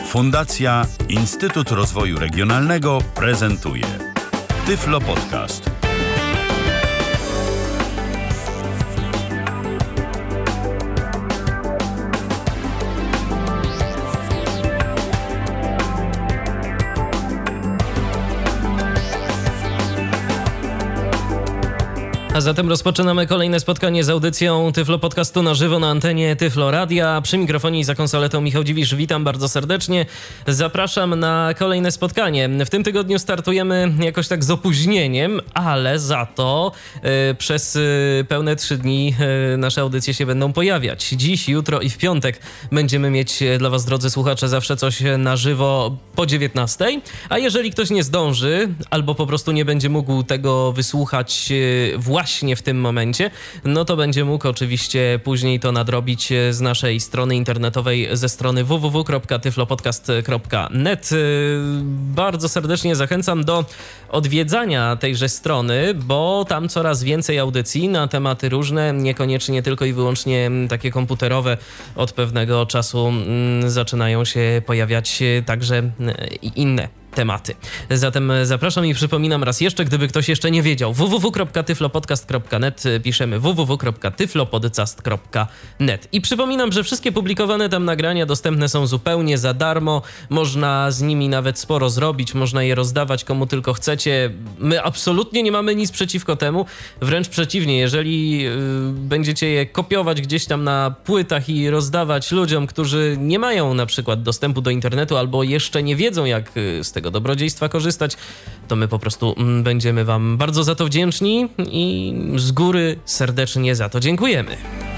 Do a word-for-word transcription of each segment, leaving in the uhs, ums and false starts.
Fundacja Instytut Rozwoju Regionalnego prezentuje Tyflo Podcast. A zatem rozpoczynamy kolejne spotkanie z audycją Tyflo Podcastu na żywo na antenie Tyflo Radia. Przy mikrofonie i za konsoletą Michał Dziwisz. Witam bardzo serdecznie. Zapraszam na kolejne spotkanie. W tym tygodniu startujemy jakoś tak z opóźnieniem, ale za to y, przez y, pełne trzy dni y, nasze audycje się będą pojawiać. Dziś, jutro i w piątek będziemy mieć dla was, drodzy słuchacze, zawsze coś na żywo po dziewiętnastej. A jeżeli ktoś nie zdąży albo po prostu nie będzie mógł tego wysłuchać y, właśnie Właśnie w tym momencie, no to będzie mógł oczywiście później to nadrobić z naszej strony internetowej, ze strony w w w kropka tyflopodcast kropka net. Bardzo serdecznie zachęcam do odwiedzania tejże strony, bo tam coraz więcej audycji na tematy różne, niekoniecznie tylko i wyłącznie takie komputerowe. Od pewnego czasu zaczynają się pojawiać także inne tematy. Zatem zapraszam i przypominam raz jeszcze, gdyby ktoś jeszcze nie wiedział, w w w kropka tyflopodcast kropka net, piszemy w w w kropka tyflopodcast kropka net. I przypominam, że wszystkie publikowane tam nagrania dostępne są zupełnie za darmo, można z nimi nawet sporo zrobić, można je rozdawać komu tylko chcecie. My absolutnie nie mamy nic przeciwko temu, wręcz przeciwnie, jeżeli yy, będziecie je kopiować gdzieś tam na płytach i rozdawać ludziom, którzy nie mają na przykład dostępu do internetu albo jeszcze nie wiedzą, jak yy, z tego tego dobrodziejstwa korzystać, to my po prostu będziemy wam bardzo za to wdzięczni i z góry serdecznie za to dziękujemy.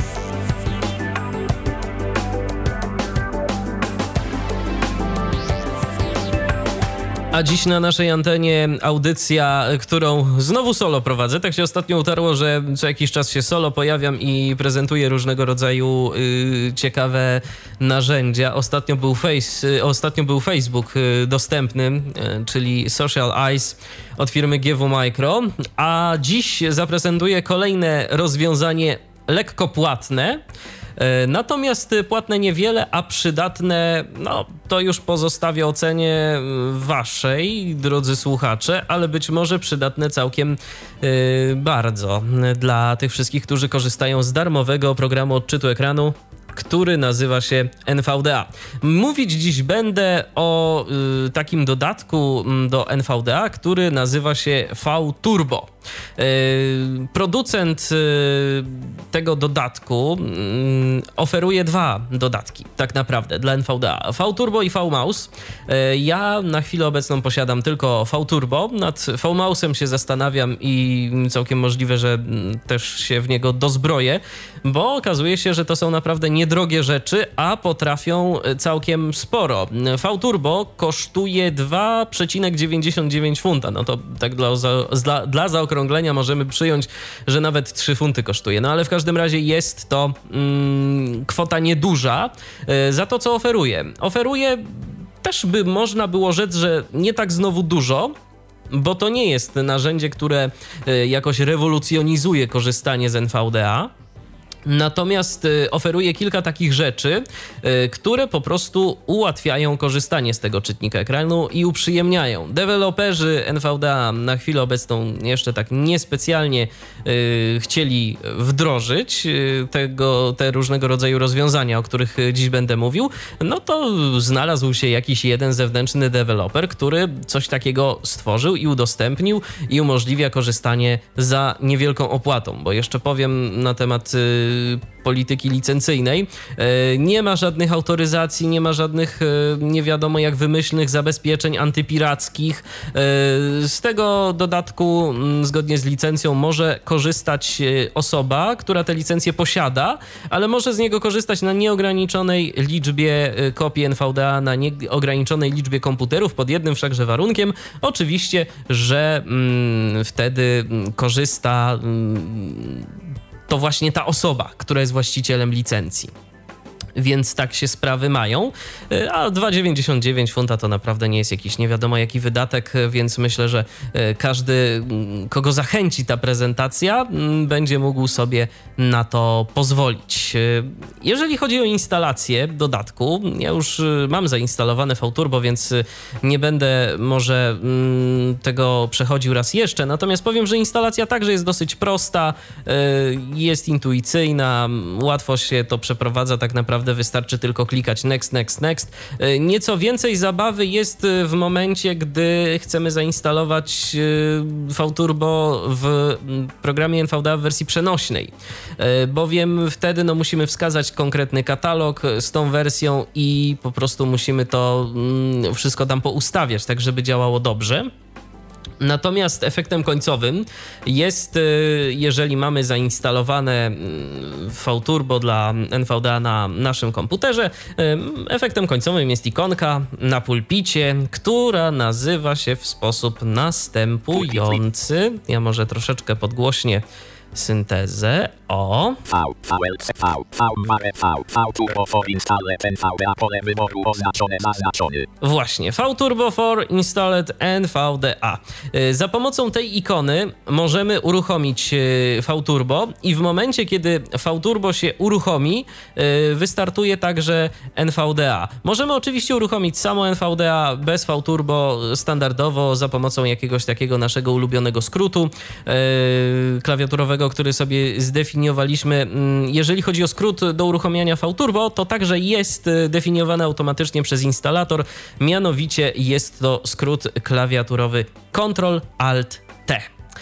A dziś na naszej antenie audycja, którą znowu solo prowadzę. Tak się ostatnio utarło, że co jakiś czas się solo pojawiam i prezentuję różnego rodzaju y, ciekawe narzędzia. Ostatnio był, face, y, ostatnio był Facebook y, dostępny, y, czyli Social Eyes od firmy G W Micro. A dziś zaprezentuję kolejne rozwiązanie lekko płatne. Natomiast płatne niewiele, a przydatne, no to już pozostawię ocenie waszej, drodzy słuchacze, ale być może przydatne całkiem yy, bardzo dla tych wszystkich, którzy korzystają z darmowego programu odczytu ekranu, który nazywa się N V D A. Mówić dziś będę o y, takim dodatku do N V D A, który nazywa się V-Turbo. Y, producent y, tego dodatku y, oferuje dwa dodatki tak naprawdę dla N V D A. V-Turbo i V-Mouse. Y, ja na chwilę obecną posiadam tylko V-Turbo. Nad V-Mouse'em się zastanawiam i całkiem możliwe, że też się w niego dozbroję, bo okazuje się, że to są naprawdę niedrogie rzeczy, a potrafią całkiem sporo. V-Turbo kosztuje dwa przecinek dziewięćdziesiąt dziewięć funta. No to tak dla, dla, dla zaokrąglenia możemy przyjąć, że nawet trzy funty kosztuje. No ale w każdym razie jest to mm, kwota nieduża za to, co oferuje. Oferuje też by można było rzec, że nie tak znowu dużo, bo to nie jest narzędzie, które jakoś rewolucjonizuje korzystanie z N V D A. Natomiast oferuje kilka takich rzeczy, które po prostu ułatwiają korzystanie z tego czytnika ekranu i uprzyjemniają. Deweloperzy N V D A na chwilę obecną jeszcze tak niespecjalnie chcieli wdrożyć tego, te różnego rodzaju rozwiązania, o których dziś będę mówił. No to znalazł się jakiś jeden zewnętrzny deweloper, który coś takiego stworzył i udostępnił i umożliwia korzystanie za niewielką opłatą, bo jeszcze powiem na temat polityki licencyjnej. Nie ma żadnych autoryzacji, nie ma żadnych nie wiadomo jak wymyślnych zabezpieczeń antypirackich. Z tego dodatku zgodnie z licencją może korzystać osoba, która tę licencję posiada, ale może z niego korzystać na nieograniczonej liczbie kopii N V D A, na nieograniczonej liczbie komputerów, pod jednym wszakże warunkiem, oczywiście, że mm, wtedy korzysta mm, to właśnie ta osoba, która jest właścicielem licencji. Więc tak się sprawy mają, a dwa dziewięćdziesiąt dziewięć funta to naprawdę nie jest jakiś nie wiadomo jaki wydatek, więc myślę, że każdy, kogo zachęci ta prezentacja, będzie mógł sobie na to pozwolić. Jeżeli chodzi o instalację dodatku, ja już mam zainstalowane VTurbo, więc nie będę może tego przechodził raz jeszcze, natomiast powiem, że instalacja także jest dosyć prosta, jest intuicyjna, łatwo się to przeprowadza, tak naprawdę wystarczy tylko klikać next, next, next. Nieco więcej zabawy jest w momencie, gdy chcemy zainstalować VTurbo w programie N V D A w wersji przenośnej, bowiem wtedy no, musimy wskazać konkretny katalog z tą wersją i po prostu musimy to wszystko tam poustawiać, tak żeby działało dobrze. Natomiast efektem końcowym jest, jeżeli mamy zainstalowane VTurbo dla N V D A na naszym komputerze, efektem końcowym jest ikonka na pulpicie, która nazywa się w sposób następujący. Ja może troszeczkę podgłośnię syntezę. O. V, VLC, V, V, V, V, VTurbo for installed N V D A, pole wyboru oznaczone, zaznaczony. Właśnie, VTurbo for installed N V D A. Za pomocą tej ikony możemy uruchomić VTurbo i w momencie, kiedy VTurbo się uruchomi, wystartuje także N V D A. Możemy oczywiście uruchomić samo N V D A bez VTurbo standardowo za pomocą jakiegoś takiego naszego ulubionego skrótu klawiaturowego, który sobie zdefiniowaliśmy. Jeżeli chodzi o skrót do uruchamiania VTurbo, to także jest definiowany automatycznie przez instalator, mianowicie jest to skrót klawiaturowy kontrol alt T.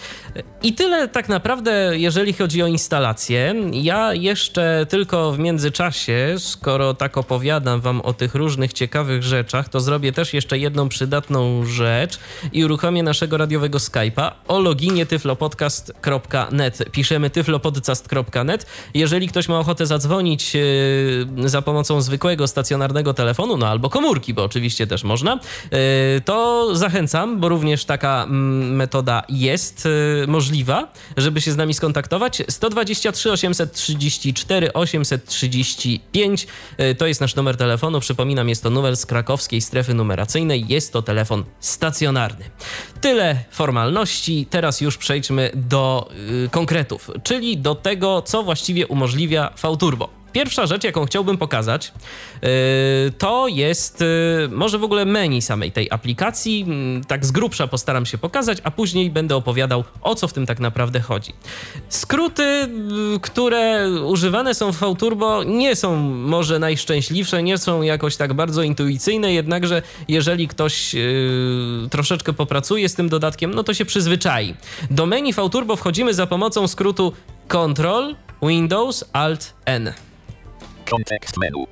I tyle tak naprawdę, jeżeli chodzi o instalację. Ja jeszcze tylko w międzyczasie, skoro tak opowiadam wam o tych różnych ciekawych rzeczach, to zrobię też jeszcze jedną przydatną rzecz i uruchomię naszego radiowego Skype'a o loginie tyflopodcast kropka net. Piszemy tyflopodcast kropka net. Jeżeli ktoś ma ochotę zadzwonić yy, za pomocą zwykłego stacjonarnego telefonu, no albo komórki, bo oczywiście też można, yy, to zachęcam, bo również taka mm, metoda jest yy, możliwa, żeby się z nami skontaktować. sto dwadzieścia trzy osiemset trzydzieści cztery osiemset trzydzieści pięć to jest nasz numer telefonu. Przypominam, jest to numer z krakowskiej strefy numeracyjnej. Jest to telefon stacjonarny. Tyle formalności. Teraz już przejdźmy do yy, konkretów, czyli do tego, co właściwie umożliwia VTurbo. Pierwsza rzecz, jaką chciałbym pokazać, yy, to jest yy, może w ogóle menu samej tej aplikacji. Yy, tak z grubsza postaram się pokazać, a później będę opowiadał, o co w tym tak naprawdę chodzi. Skróty, yy, które używane są w VTurbo, nie są może najszczęśliwsze, nie są jakoś tak bardzo intuicyjne, jednakże jeżeli ktoś yy, troszeczkę popracuje z tym dodatkiem, no to się przyzwyczai. Do menu VTurbo wchodzimy za pomocą skrótu Ctrl Windows Alt N. Kontekst menu.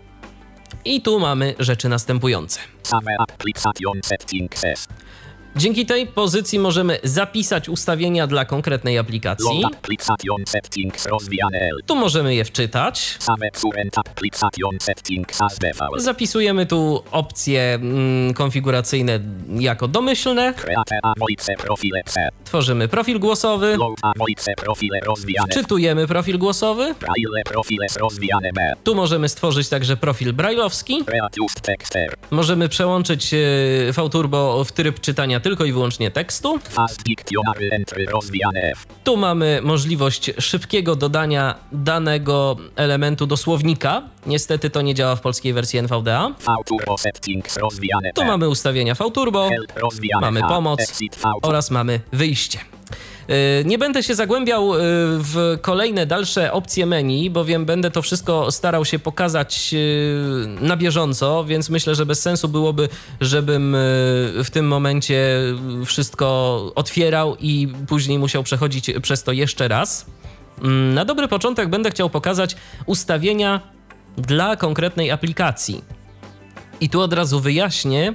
I tu mamy rzeczy następujące. Same application settings. Dzięki tej pozycji możemy zapisać ustawienia dla konkretnej aplikacji. Application settings rozwijane. Tu możemy je wczytać. Same current application settings as default. Zapisujemy tu opcje mm, konfiguracyjne jako domyślne. Create a voice profile C. Tworzymy profil głosowy. Load a voice profile rozwijane. Wczytujemy profil głosowy. Braille profiles rozwijane B. Tu możemy stworzyć także profil brailleowski. Create just texter. Możemy przełączyć y, VTurbo w tryb czytania tylko i wyłącznie tekstu. Fast dictionary entry rozwijane F. Tu mamy możliwość szybkiego dodania danego elementu do słownika. Niestety to nie działa w polskiej wersji N V D A. VTurbo settings rozwijane Tu P. mamy ustawienia VTurbo, Help rozwijane mamy A. pomoc Exit V. oraz mamy wyjście. Nie będę się zagłębiał w kolejne dalsze opcje menu, bowiem będę to wszystko starał się pokazać na bieżąco, więc myślę, że bez sensu byłoby, żebym w tym momencie wszystko otwierał i później musiał przechodzić przez to jeszcze raz. Na dobry początek będę chciał pokazać ustawienia dla konkretnej aplikacji. I tu od razu wyjaśnię,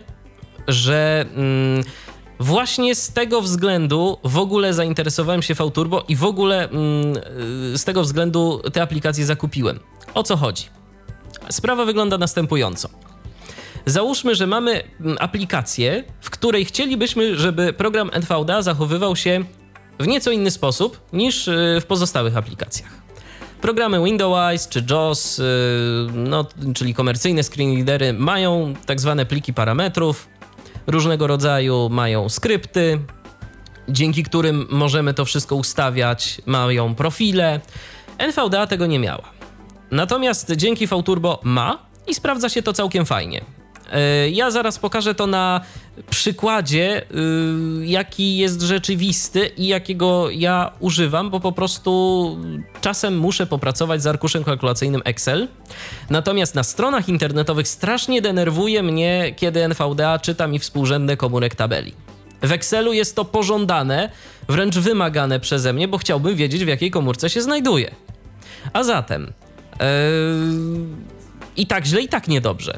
że mm, właśnie z tego względu w ogóle zainteresowałem się VTurbo i w ogóle mm, z tego względu te aplikacje zakupiłem. O co chodzi? Sprawa wygląda następująco. Załóżmy, że mamy aplikację, w której chcielibyśmy, żeby program N V D A zachowywał się w nieco inny sposób niż w pozostałych aplikacjach. Programy Windows czy JAWS, no, czyli komercyjne screenreadery, mają tak zwane pliki parametrów różnego rodzaju, mają skrypty, dzięki którym możemy to wszystko ustawiać, mają profile. N V D A tego nie miała. Natomiast dzięki VTurbo ma i sprawdza się to całkiem fajnie. Ja zaraz pokażę to na przykładzie, jaki jest rzeczywisty i jakiego ja używam, bo po prostu czasem muszę popracować z arkuszem kalkulacyjnym Excel. Natomiast na stronach internetowych strasznie denerwuje mnie, kiedy N V D A czyta mi współrzędne komórek tabeli. W Excelu jest to pożądane, wręcz wymagane przeze mnie, bo chciałbym wiedzieć, w jakiej komórce się znajduje. A zatem yy, i tak źle, i tak niedobrze.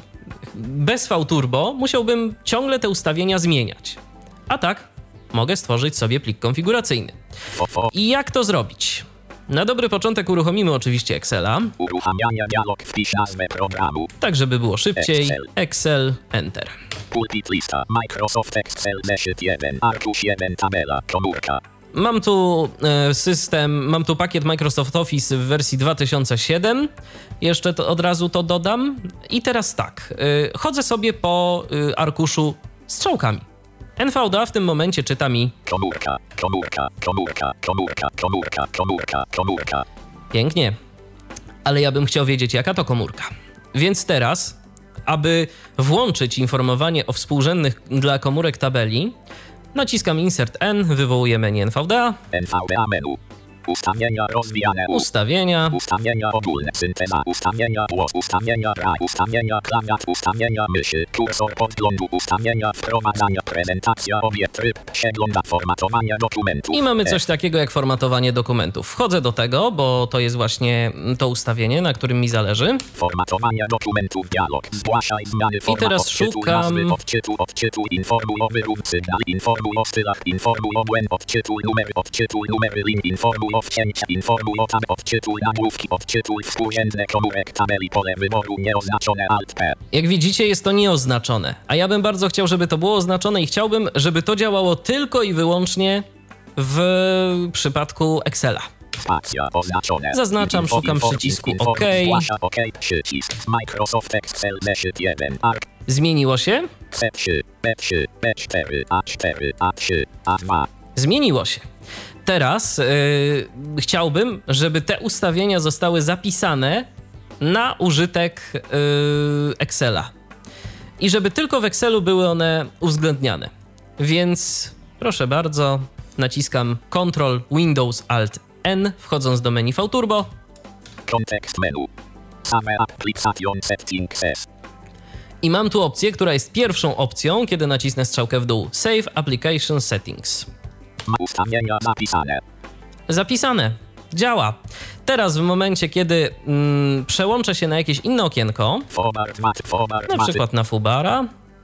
Bez VTurbo musiałbym ciągle te ustawienia zmieniać. A tak mogę stworzyć sobie plik konfiguracyjny. I jak to zrobić? Na dobry początek uruchomimy oczywiście Excela. Uruchamianie dialog, wpisz nazwę programu. Tak, żeby było szybciej. Excel, Excel Enter. Pulpit lista, Microsoft Excel, zeszyt jeden, arkusz jeden, tabela, komórka. Mam tu e, system, mam tu pakiet Microsoft Office w wersji dwa tysiące siedem. Jeszcze to, od razu to dodam. I teraz tak, e, chodzę sobie po e, arkuszu strzałkami. N V D A w tym momencie czyta mi komórka, komórka, komórka, komórka, komórka, komórka, komórka. Pięknie. Ale ja bym chciał wiedzieć, jaka to komórka. Więc teraz, aby włączyć informowanie o współrzędnych dla komórek tabeli, naciskam Insert N, wywołuję menu N V D A. N V D A menu. Ustawienia rozwijane. Ustawienia. Ustawienia ogólne. Synteza. Ustawienia głos. Ustawienia bra. Ustawienia klawiat. Ustawienia myszy. Kursor podglądu. Ustawienia wprowadzania. Prezentacja. Obiekt tryb. Przegląda formatowanie dokumentów. I mamy coś takiego jak formatowanie dokumentów. Wchodzę do tego, bo to jest właśnie to ustawienie, na którym mi zależy. Formatowanie dokumentów. Dialog. Zgłaszaj zmiany format. I teraz odczytu, szukam... nazwy, odczytu, odczytu, informuj o wyrówcy, informuj o stylach, informuj o błęd, odczytuj numery, odczytuj numery link, informuj o wcięcia, informuj o tab, odczytuj nagłówki, odczytuj współrzędne komórek tabeli, pole wyboru nieoznaczone alt P. Jak widzicie, jest to nieoznaczone, a ja bym bardzo chciał, żeby to było oznaczone i chciałbym, żeby to działało tylko i wyłącznie w przypadku Excela. Spacja oznaczone. Zaznaczam, info, szukam info, przycisku info, OK. Zgłasza OK, przycisk Microsoft Excel, zeszyt jeden, ark. Zmieniło się? C trzy, B trzy, B cztery, A cztery, A trzy, A dwa. Zmieniło się. Teraz yy, chciałbym, żeby te ustawienia zostały zapisane na użytek yy, Excela. I żeby tylko w Excelu były one uwzględniane. Więc proszę bardzo, naciskam Ctrl Windows Alt N, wchodząc do menu VTurbo. Kontekst menu. Same application settings. I mam tu opcję, która jest pierwszą opcją, kiedy nacisnę strzałkę w dół. Save Application Settings. Ustawienia zapisane. Zapisane. Działa. Teraz w momencie, kiedy mm, przełączę się na jakieś inne okienko, Format, mat, format, na przykład na Fubara.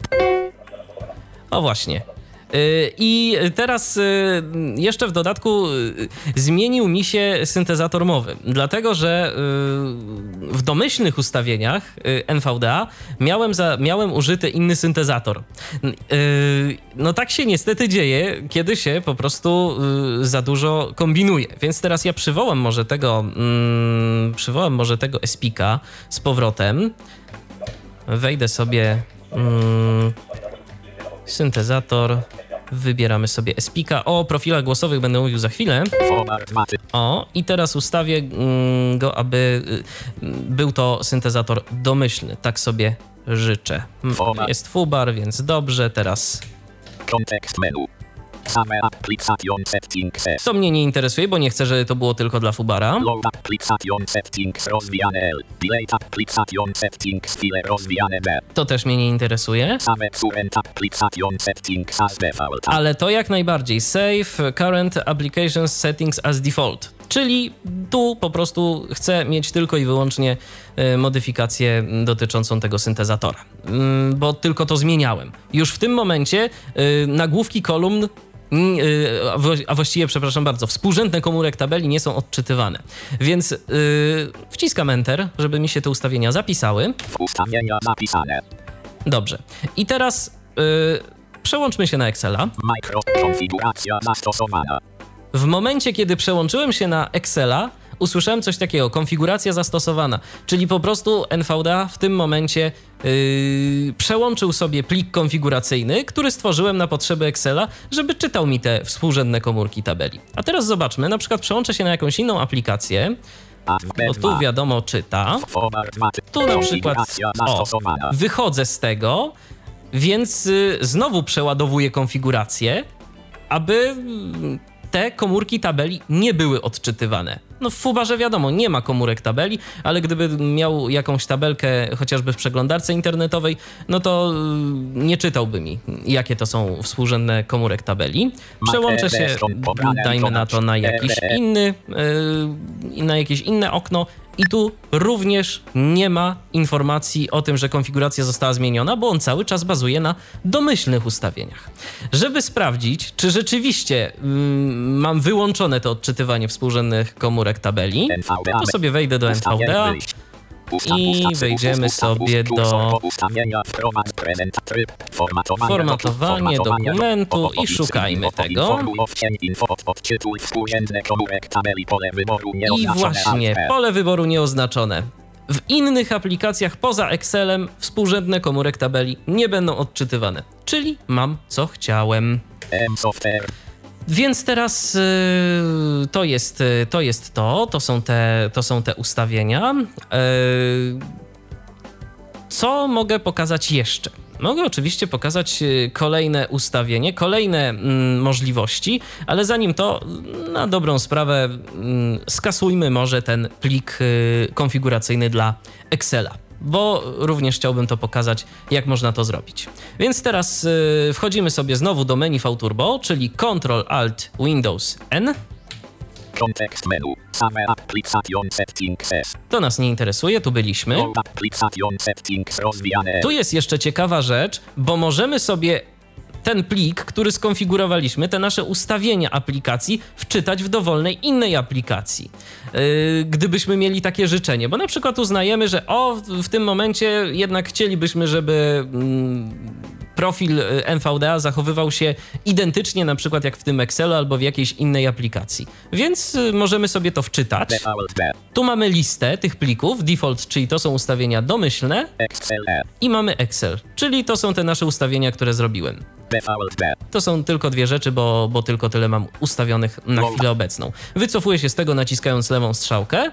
O właśnie. Yy, I teraz yy, jeszcze w dodatku yy, zmienił mi się syntezator mowy, dlatego że yy, w domyślnych ustawieniach yy, N V D A miałem, za, miałem użyty inny syntezator. Yy, no tak się niestety dzieje, kiedy się po prostu yy, za dużo kombinuje. Więc teraz ja przywołam może tego, yy, przywołam może tego Espika z powrotem. Wejdę sobie... Yy, syntezator, wybieramy sobie Espika. O profilach głosowych będę mówił za chwilę. O, i teraz ustawię mm, go, aby y, był to syntezator domyślny. Tak sobie życzę. Jest Fubar, więc dobrze. Teraz kontekst menu. Same application settings. To mnie nie interesuje, bo nie chcę, żeby to było tylko dla Fubara. Load application settings rozwijane L. Delete application settings file rozwijane B. To też mnie nie interesuje. Same current application settings as default. Ale to jak najbardziej. Save current application settings as default. Czyli tu po prostu chcę mieć tylko i wyłącznie y, modyfikację dotyczącą tego syntezatora, y, bo tylko to zmieniałem. Już w tym momencie y, nagłówki kolumn, y, a właściwie, przepraszam bardzo, współrzędne komórek tabeli nie są odczytywane. Więc y, wciskam Enter, żeby mi się te ustawienia zapisały. Ustawienia zapisane. Dobrze. I teraz y, przełączmy się na Excela. Mikro konfiguracja zastosowana. W momencie, kiedy przełączyłem się na Excela, usłyszałem coś takiego, konfiguracja zastosowana, czyli po prostu N V D A w tym momencie yy, przełączył sobie plik konfiguracyjny, który stworzyłem na potrzeby Excela, żeby czytał mi te współrzędne komórki tabeli. A teraz zobaczmy, na przykład przełączę się na jakąś inną aplikację, bo tu wiadomo czyta, tu na przykład o, wychodzę z tego, więc y, znowu przeładowuję konfigurację, aby te komórki tabeli nie były odczytywane. No w Fubarze wiadomo, nie ma komórek tabeli, ale gdyby miał jakąś tabelkę chociażby w przeglądarce internetowej, no to nie czytałby mi, jakie to są współrzędne komórek tabeli. Przełączę się, dajmy na to na jakiś inny, yy, na jakieś inne okno i tu również nie ma informacji o tym, że konfiguracja została zmieniona, bo on cały czas bazuje na domyślnych ustawieniach. Żeby sprawdzić, czy rzeczywiście mm, mam wyłączone to odczytywanie współrzędnych komórek tabeli, to sobie wejdę do N V D A i wejdziemy sobie do formatowanie dokumentu i szukajmy tego. I właśnie, pole wyboru nieoznaczone. W innych aplikacjach poza Excelem współrzędne komórek tabeli nie będą odczytywane, czyli mam co chciałem. Więc teraz y, to jest y, to, jest to, to, są te, to są te ustawienia. Y, co mogę pokazać jeszcze? Mogę oczywiście pokazać kolejne ustawienie, kolejne mm, możliwości, ale zanim to, na dobrą sprawę, mm, skasujmy może ten plik y, konfiguracyjny dla Excela, bo również chciałbym to pokazać, jak można to zrobić. Więc teraz y, wchodzimy sobie znowu do menu VTurbo, czyli Control Alt Windows N. Kontekst menu. Same application settings. To nas nie interesuje, tu byliśmy. Application settings rozwijane. Tu jest jeszcze ciekawa rzecz, bo możemy sobie ten plik, który skonfigurowaliśmy, te nasze ustawienia aplikacji, wczytać w dowolnej innej aplikacji. Yy, gdybyśmy mieli takie życzenie, bo na przykład uznajemy, że o, w tym momencie jednak chcielibyśmy, żeby mm, profil N V D A zachowywał się identycznie, na przykład jak w tym Excelu albo w jakiejś innej aplikacji. Więc y, możemy sobie to wczytać. Tu mamy listę tych plików, default, czyli to są ustawienia domyślne, i mamy Excel, czyli to są te nasze ustawienia, które zrobiłem. To są tylko dwie rzeczy, bo, bo tylko tyle mam ustawionych na chwilę obecną. Wycofuję się z tego, naciskając lewą strzałkę.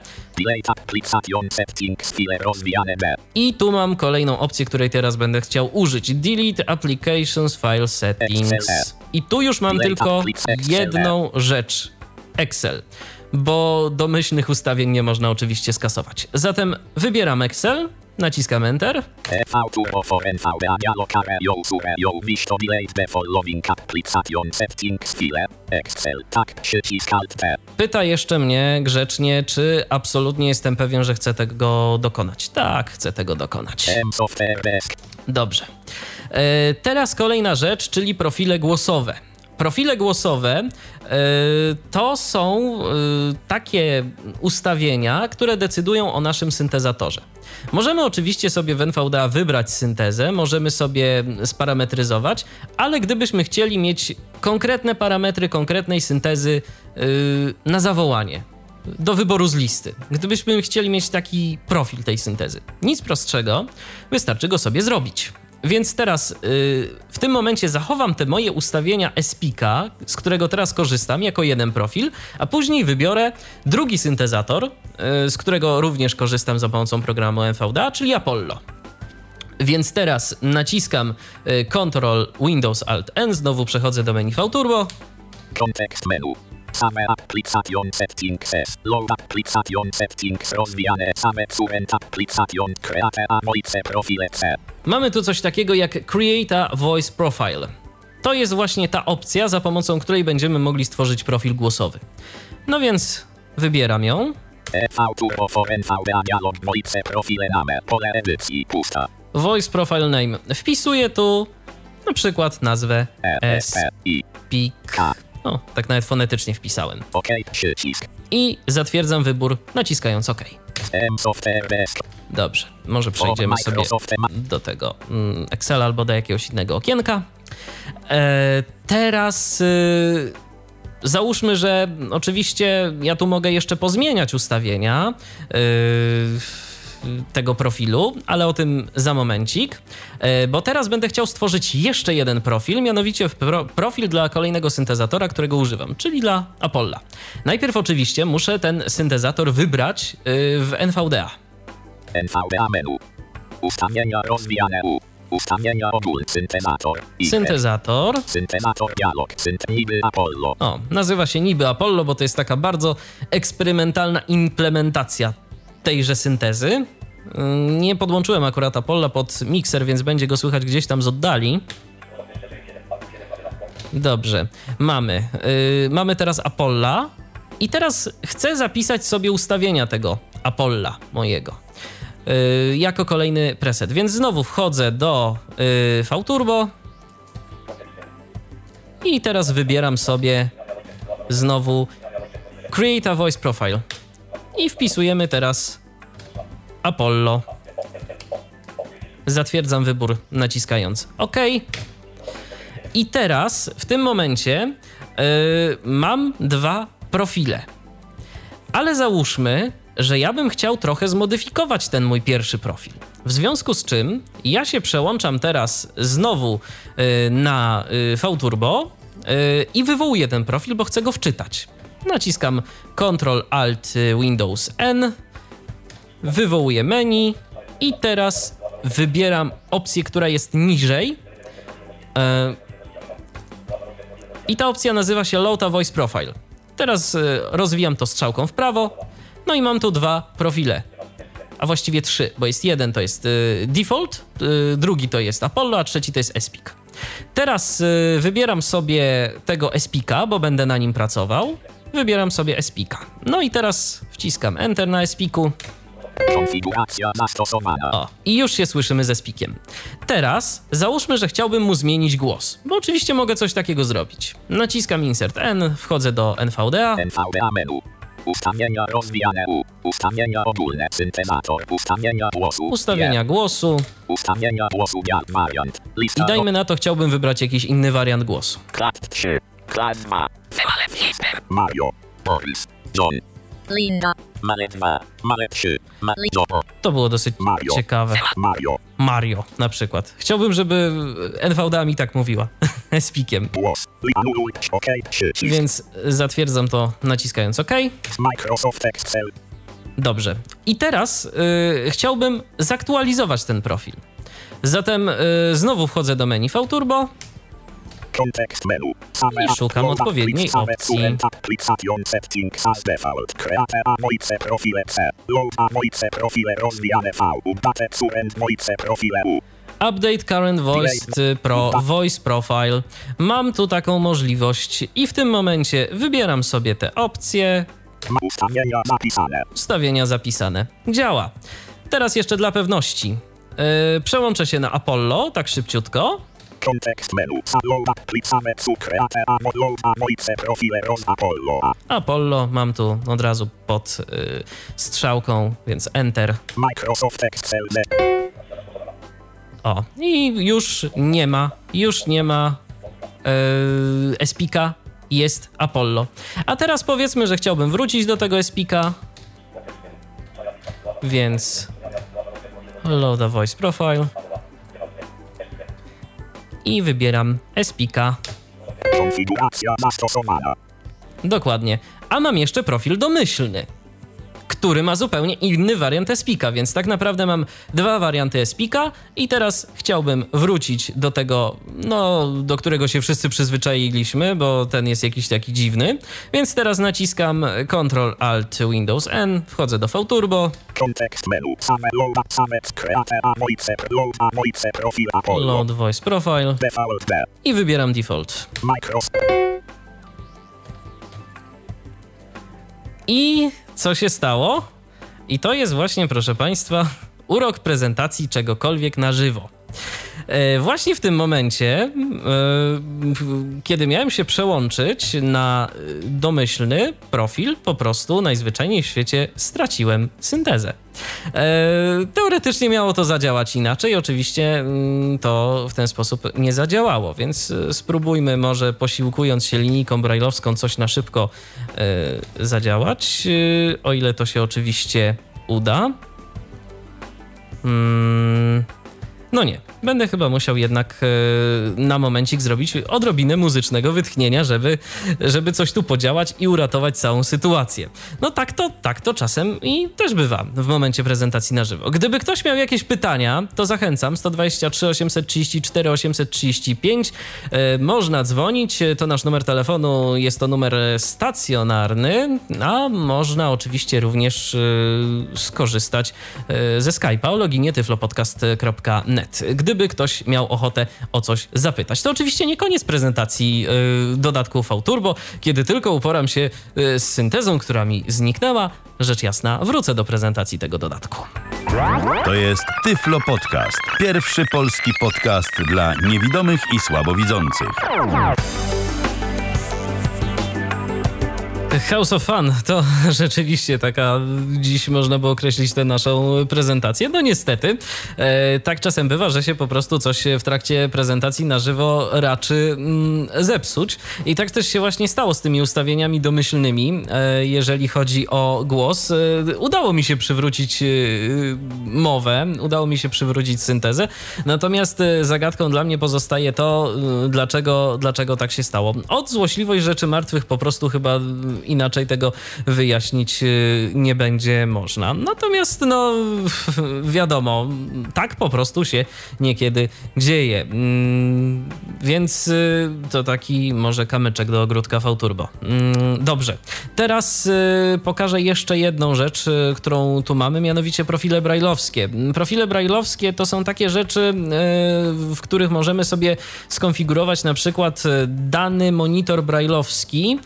I tu mam kolejną opcję, której teraz będę chciał użyć. Delete Applications File Settings. I tu już mam tylko jedną rzecz. Excel. Bo domyślnych ustawień nie można oczywiście skasować. Zatem wybieram Excel. Naciskam Enter. Pyta jeszcze mnie grzecznie, czy absolutnie jestem pewien, że chcę tego dokonać. Tak, chcę tego dokonać. Dobrze. E, teraz kolejna rzecz, czyli profile głosowe. Profile głosowe y, to są y, takie ustawienia, które decydują o naszym syntezatorze. Możemy oczywiście sobie w N V D A wybrać syntezę, możemy sobie sparametryzować, ale gdybyśmy chcieli mieć konkretne parametry konkretnej syntezy y, na zawołanie, do wyboru z listy, gdybyśmy chcieli mieć taki profil tej syntezy, nic prostszego, wystarczy go sobie zrobić. Więc teraz yy, w tym momencie zachowam te moje ustawienia S P K, z którego teraz korzystam, jako jeden profil, a później wybiorę drugi syntezator, yy, z którego również korzystam za pomocą programu N V D A, czyli Apollo. Więc teraz naciskam yy, Control Windows Alt N, znowu przechodzę do menu VTurbo. Kontekst menu. Same application settings. Load application settings rozwijane. Same current application create a voice profile. Mamy tu coś takiego jak Create a Voice Profile. To jest właśnie ta opcja, za pomocą której będziemy mogli stworzyć profil głosowy. No więc wybieram ją. Voice Profile Name. Wpisuję tu na przykład nazwę S P K. O, tak nawet fonetycznie wpisałem. I zatwierdzam wybór, naciskając OK. Dobrze, może przejdziemy sobie do tego Excela albo do jakiegoś innego okienka. E, teraz y, załóżmy, że oczywiście ja tu mogę jeszcze pozmieniać ustawienia yy, tego profilu, ale o tym za momencik, yy, bo teraz będę chciał stworzyć jeszcze jeden profil, mianowicie pro, profil dla kolejnego syntezatora, którego używam, czyli dla Apolla. Najpierw oczywiście muszę ten syntezator wybrać yy, w N V D A. N V D A menu. Ustawienia rozwijane U. Ustawienia ogólne. Syntezator. Syntezator. Syntezator dialog. Synt niby Apollo. O, nazywa się niby Apollo, bo to jest taka bardzo eksperymentalna implementacja tejże syntezy. Nie podłączyłem akurat Apolla pod mikser, więc będzie go słychać gdzieś tam z oddali. Dobrze, mamy. Yy, mamy teraz Apolla i teraz chcę zapisać sobie ustawienia tego Apolla mojego yy, jako kolejny preset, więc znowu wchodzę do yy, V-Turbo i teraz wybieram sobie znowu Create a Voice Profile i wpisujemy teraz Apollo. Zatwierdzam wybór naciskając OK. I teraz w tym momencie yy, mam dwa profile. Ale załóżmy, że ja bym chciał trochę zmodyfikować ten mój pierwszy profil. W związku z czym ja się przełączam teraz znowu yy, na yy, V-Turbo yy, i wywołuję ten profil, bo chcę go wczytać. Naciskam Ctrl Alt Windows N, wywołuję menu i teraz wybieram opcję, która jest niżej. Yy, I ta opcja nazywa się Load a Voice Profile. Teraz yy, rozwijam to strzałką w prawo. No i mam tu dwa profile, a właściwie trzy, bo jest jeden to jest y, default, y, drugi to jest Apollo, a trzeci to jest S P I C. Teraz y, wybieram sobie tego S P I C-a, bo będę na nim pracował. Wybieram sobie S P I C-a. No i teraz wciskam Enter na S P I C-u. Konfiguracja zastosowana. O, i już się słyszymy ze S P I C-iem. Teraz załóżmy, że chciałbym mu zmienić głos, bo oczywiście mogę coś takiego zrobić. Naciskam Insert N, wchodzę do N V D A. N V D A menu. Ustawienia rozwijane U. Ustawienia ogólne. Syntezator. Ustawienia głosu. Ustawienia głosu. Ustawienia głosu. Wariant. Lista I dajmy na to, chciałbym wybrać jakiś inny wariant głosu. Klat trzy. Klat dwa. Mario. Boris. John. Linda. Male dwa. Male trzy. Male Jopo. To było dosyć Mario. ciekawe. Mario. Mario na przykład. Chciałbym, żeby N V D A mi tak mówiła. Z pikiem. Głos. Anuluj. OK. Przycisk. Więc zatwierdzam to naciskając OK. Microsoft Excel. Dobrze. I teraz yy, chciałbym zaktualizować ten profil. Zatem yy, znowu wchodzę do menu V-Turbo. Kontekst menu. Same I szukam upload, odpowiedniej same opcji. current application settings as default. Create a voice profile C. Load a voice profile rozwijane V. Update current voice profile U. Update Current Voice Pro Voice Profile. Mam tu taką możliwość i w tym momencie wybieram sobie te opcje. Ustawienia zapisane. Ustawienia zapisane. Działa. Teraz jeszcze dla pewności. Yy, przełączę się na Apollo, tak szybciutko. Kontekst menu. Load applicane cu create a load a voice profile roz Apollo. Apollo mam tu od razu pod yy, strzałką, więc Enter. Microsoft Excel. O, i już nie ma, już nie ma yy, S P I C-a, jest Apollo. A teraz powiedzmy, że chciałbym wrócić do tego S P I C-a, więc Load a Voice Profile i wybieram S P I C-a. Konfiguracja zastosowana. Dokładnie. A mam jeszcze profil domyślny, który ma zupełnie inny wariant S P I C-a, więc tak naprawdę mam dwa warianty S P I C-a i teraz chciałbym wrócić do tego, no, do którego się wszyscy przyzwyczailiśmy, bo ten jest jakiś taki dziwny, więc teraz naciskam Ctrl Alt Windows N, wchodzę do V-Turbo. Kontekst menu. Same load same create a voice load a voice profile Apollo. Load Voice Profile Default D. i wybieram Default. Microsoft. I co się stało? I to jest właśnie, proszę Państwa, urok prezentacji czegokolwiek na żywo. Właśnie w tym momencie, kiedy miałem się przełączyć na domyślny profil, po prostu najzwyczajniej w świecie straciłem syntezę. Teoretycznie miało to zadziałać inaczej, oczywiście to w ten sposób nie zadziałało, więc spróbujmy może, posiłkując się linijką brajlowską, coś na szybko zadziałać, o ile to się oczywiście uda. Hmm. No nie, będę chyba musiał jednak e, na momencik zrobić odrobinę muzycznego wytchnienia, żeby, żeby coś tu podziałać i uratować całą sytuację. No tak to, tak to czasem i też bywa w momencie prezentacji na żywo. Gdyby ktoś miał jakieś pytania, to zachęcam, sto dwadzieścia trzy osiemset trzydzieści cztery osiemset trzydzieści pięć, e, można dzwonić, to nasz numer telefonu, jest to numer stacjonarny, a można oczywiście również e, skorzystać e, ze Skype'a o loginie tyflopodcast kropka net. Gdyby ktoś miał ochotę o coś zapytać. To oczywiście nie koniec prezentacji yy, dodatku V-Turbo. Kiedy tylko uporam się yy, z syntezą, która mi zniknęła, rzecz jasna, wrócę do prezentacji tego dodatku. To jest Tyflo Podcast. Pierwszy polski podcast dla niewidomych i słabowidzących. House of Fun to rzeczywiście taka, dziś można by określić tę naszą prezentację. No niestety, e, tak czasem bywa, że się po prostu coś w trakcie prezentacji na żywo raczy mm, zepsuć. I tak też się właśnie stało z tymi ustawieniami domyślnymi, e, jeżeli chodzi o głos. E, udało mi się przywrócić e, mowę, udało mi się przywrócić syntezę, natomiast e, zagadką dla mnie pozostaje to, e, dlaczego, dlaczego tak się stało. Od złośliwość rzeczy martwych po prostu chyba inaczej tego wyjaśnić nie będzie można. Natomiast no wiadomo, tak po prostu się niekiedy dzieje. Więc to taki może kamyczek do ogródka V-Turbo. Dobrze. Teraz pokażę jeszcze jedną rzecz, którą tu mamy, mianowicie profile brajlowskie. Profile brajlowskie to są takie rzeczy, w których możemy sobie skonfigurować na przykład dany monitor brajlowski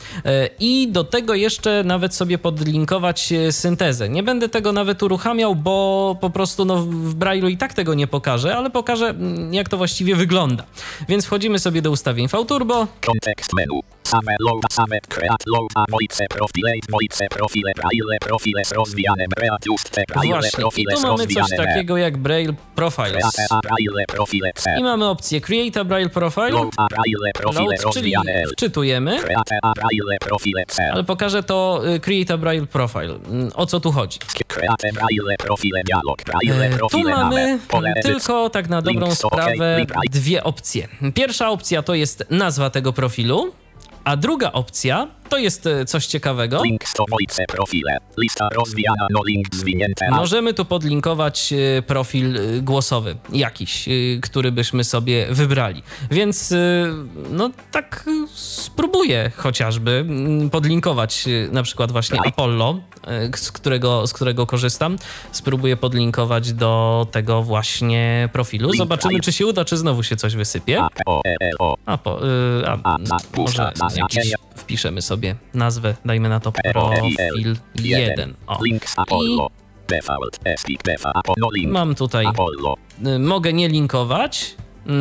i do tego jeszcze nawet sobie podlinkować syntezę. Nie będę tego nawet uruchamiał, bo po prostu no, w Braille'u i tak tego nie pokażę, ale pokażę, jak to właściwie wygląda. Więc wchodzimy sobie do ustawień V-Turbo. Kontekst menu. Same load, same create load, a moice profile, moice profile, braille profile z rozwijanym create just te braille Właśnie, i profile tu z mamy coś rozwijanym takiego jak Braille Profiles. create a braille profile C. I mamy opcję Create a Braille Profile, Load a braille profile Load, czyli rozwijane L. wczytujemy, Create a braille profile C. ale pokażę to y, Create a Braille Profile. O co tu chodzi? Create braille profile dialog, braille E, tu profile mamy pole edycji. tylko tak na dobrą Links, OK, sprawę link, right. dwie opcje. Pierwsza opcja to jest nazwa tego profilu, a druga opcja to jest e, coś ciekawego. Links to moice profile. Lista rozwijana, no link zwinięte. na- Możemy tu podlinkować e, profil e, głosowy jakiś, e, który byśmy sobie wybrali. Więc e, no tak e, spróbuję chociażby mm, podlinkować e, na przykład właśnie Apollo, e, z którego, z którego korzystam. Spróbuję podlinkować do tego właśnie profilu. Zobaczymy, czy się uda, czy znowu się coś wysypie. A, P, O, E, L, O. A, po, y, a A, m, na- może pusta, na- jakiś na- wpiszemy sobie nazwę, dajmy na to P, O, E, I, L. profil jeden. O. Links Apollo. Default. Estik defa. Apollo link. Mam tutaj, Apollo. y, mogę nie linkować,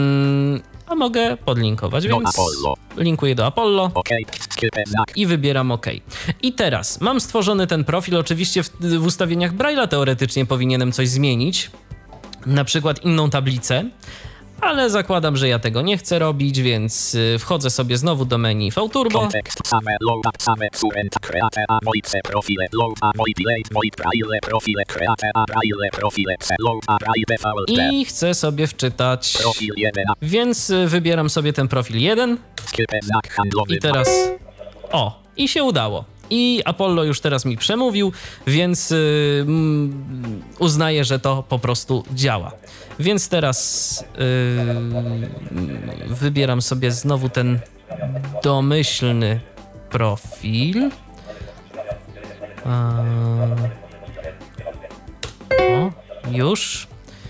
mm, a mogę podlinkować, Do więc Apollo. linkuję do Apollo OK. Skip znak. i wybieram OK. I teraz mam stworzony ten profil, oczywiście w, w ustawieniach Braille'a teoretycznie powinienem coś zmienić, na przykład inną tablicę, ale zakładam, że ja tego nie chcę robić, więc y, wchodzę sobie znowu do menu V-Turbo. Kontekst same load up same current create a moice profile load a moi delete moi braille profile create a braille profile C load a braille default D. I chcę sobie wczytać, Profil jeden a więc y, wybieram sobie ten profil jeden skip znak handlowy. i teraz, o, i się udało. I Apollo już teraz mi przemówił, więc y, mm, uznaję, że to po prostu działa. Więc teraz y, wybieram sobie znowu ten domyślny profil. A, o, już.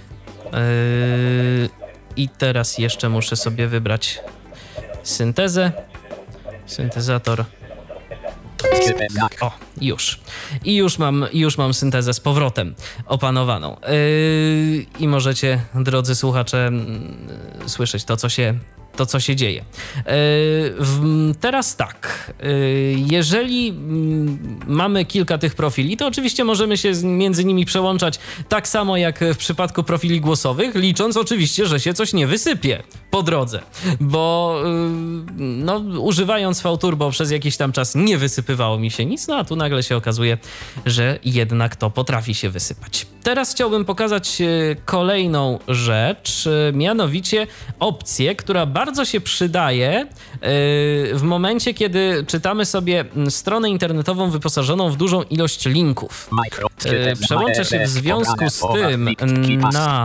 Y, I teraz jeszcze muszę sobie wybrać syntezę. Syntezator O, już. I już mam, już mam syntezę z powrotem opanowaną. Yy, I możecie, drodzy słuchacze, yy, słyszeć to, co się to, co się dzieje. Teraz tak, jeżeli mamy kilka tych profili, to oczywiście możemy się między nimi przełączać tak samo jak w przypadku profili głosowych, licząc oczywiście, że się coś nie wysypie po drodze, bo no, używając VTurbo przez jakiś tam czas nie wysypywało mi się nic, no a tu nagle się okazuje, że jednak to potrafi się wysypać. Teraz chciałbym pokazać kolejną rzecz, mianowicie opcję, która bardzo się przydaje w momencie, kiedy czytamy sobie stronę internetową wyposażoną w dużą ilość linków. Przełączę się w związku z tym na,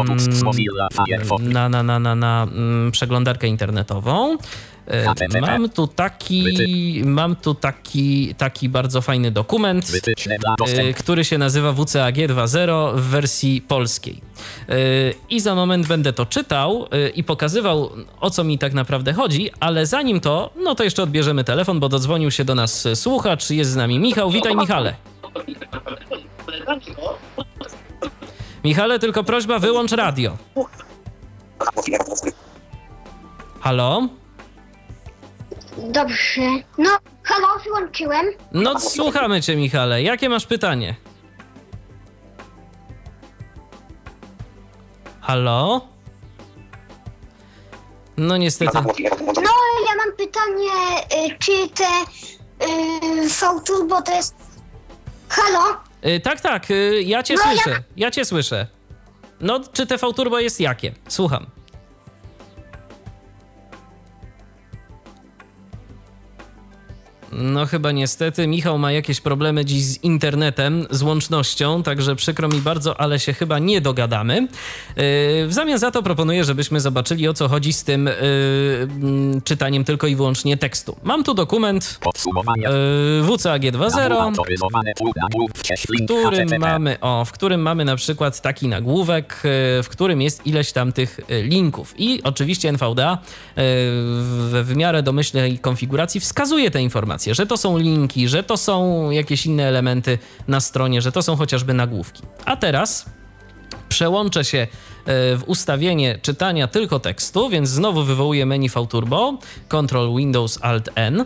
na, na, na, na, na przeglądarkę internetową. Mam tu taki, mam tu taki, taki bardzo fajny dokument, który się nazywa W C A G dwa zero w wersji polskiej. I za moment będę to czytał i pokazywał, o co mi tak naprawdę chodzi, ale zanim to, no to jeszcze odbierzemy telefon, bo dodzwonił się do nas słuchacz, jest z nami Michał. Witaj, Michale. Michale, tylko prośba, wyłącz radio. Halo? Dobrze. No, halo, wyłączyłem. No, słuchamy cię, Michale. Jakie masz pytanie? Halo? No, niestety. No, ja mam pytanie, y, czy te y, VTurbo to jest... Halo? Y, tak, tak, y, ja cię No, słyszę. ja... Ja cię słyszę. No, czy te VTurbo jest jakie? Słucham. No chyba niestety Michał ma jakieś problemy dziś z internetem, z łącznością, także przykro mi bardzo, ale się chyba nie dogadamy. Yy, w zamian za to proponuję, żebyśmy zobaczyli, o co chodzi z tym yy, czytaniem tylko i wyłącznie tekstu. Mam tu dokument yy, W C A G dwa zero, w którym mamy, o, w którym mamy na przykład taki nagłówek, yy, w którym jest ileś tam tych linków. I oczywiście N V D A yy, w, w miarę domyślnej konfiguracji wskazuje te informacje, że to są linki, że to są jakieś inne elementy na stronie, że to są chociażby nagłówki. A teraz przełączę się w ustawienie czytania tylko tekstu, więc znowu wywołuję menu VTurbo, Ctrl Windows Alt N.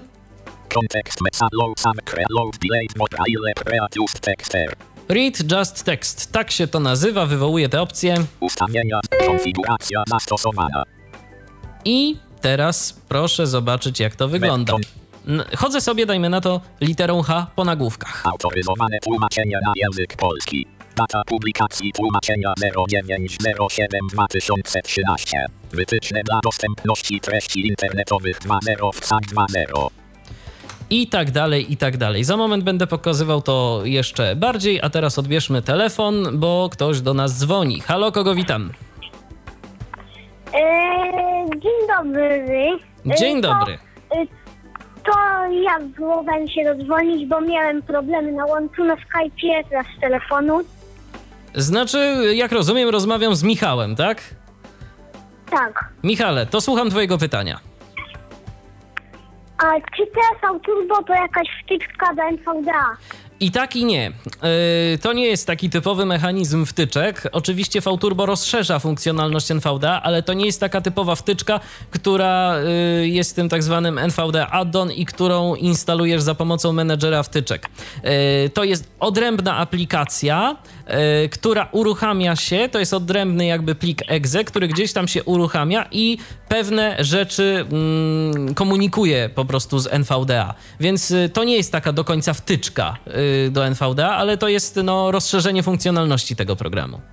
Read Just Text, tak się to nazywa, wywołuję te opcje. Ustawienia, konfiguracja zastosowana. I teraz proszę zobaczyć, jak to wygląda. Chodzę sobie, dajmy na to, literą H po nagłówkach. Autoryzowane tłumaczenia na język polski. Data publikacji tłumaczenia zero dziewięć zero siedem dwa tysiące trzynaście. Wytyczne dla dostępności treści internetowych dwa zero w C A G dwa zero. I tak dalej, i tak dalej. Za moment będę pokazywał to jeszcze bardziej, a teraz odbierzmy telefon, bo ktoś do nas dzwoni. Halo, kogo witam? Eee, dzień dobry. Dzień Eee, dobry. To, to ja próbowałem się dodzwonić, bo miałem problemy na łączu na Skype'ie, teraz z telefonu. Znaczy, jak rozumiem, rozmawiam z Michałem, tak? Tak. Michale, to słucham twojego pytania. A czy te VTurbo to jakaś wtyczka do N V D A? I tak i nie. Yy, to nie jest taki typowy mechanizm wtyczek. Oczywiście VTurbo rozszerza funkcjonalność N V D A, ale to nie jest taka typowa wtyczka, która yy, jest tym tak zwanym N V D A add-on i którą instalujesz za pomocą menedżera wtyczek. Yy, to jest odrębna aplikacja, yy, która uruchamia się, to jest odrębny jakby plik exe, który gdzieś tam się uruchamia i pewne rzeczy yy, komunikuje po prostu z N V D A. Więc yy, to nie jest taka do końca wtyczka yy, do N V D A, ale to jest no, rozszerzenie funkcjonalności tego programu.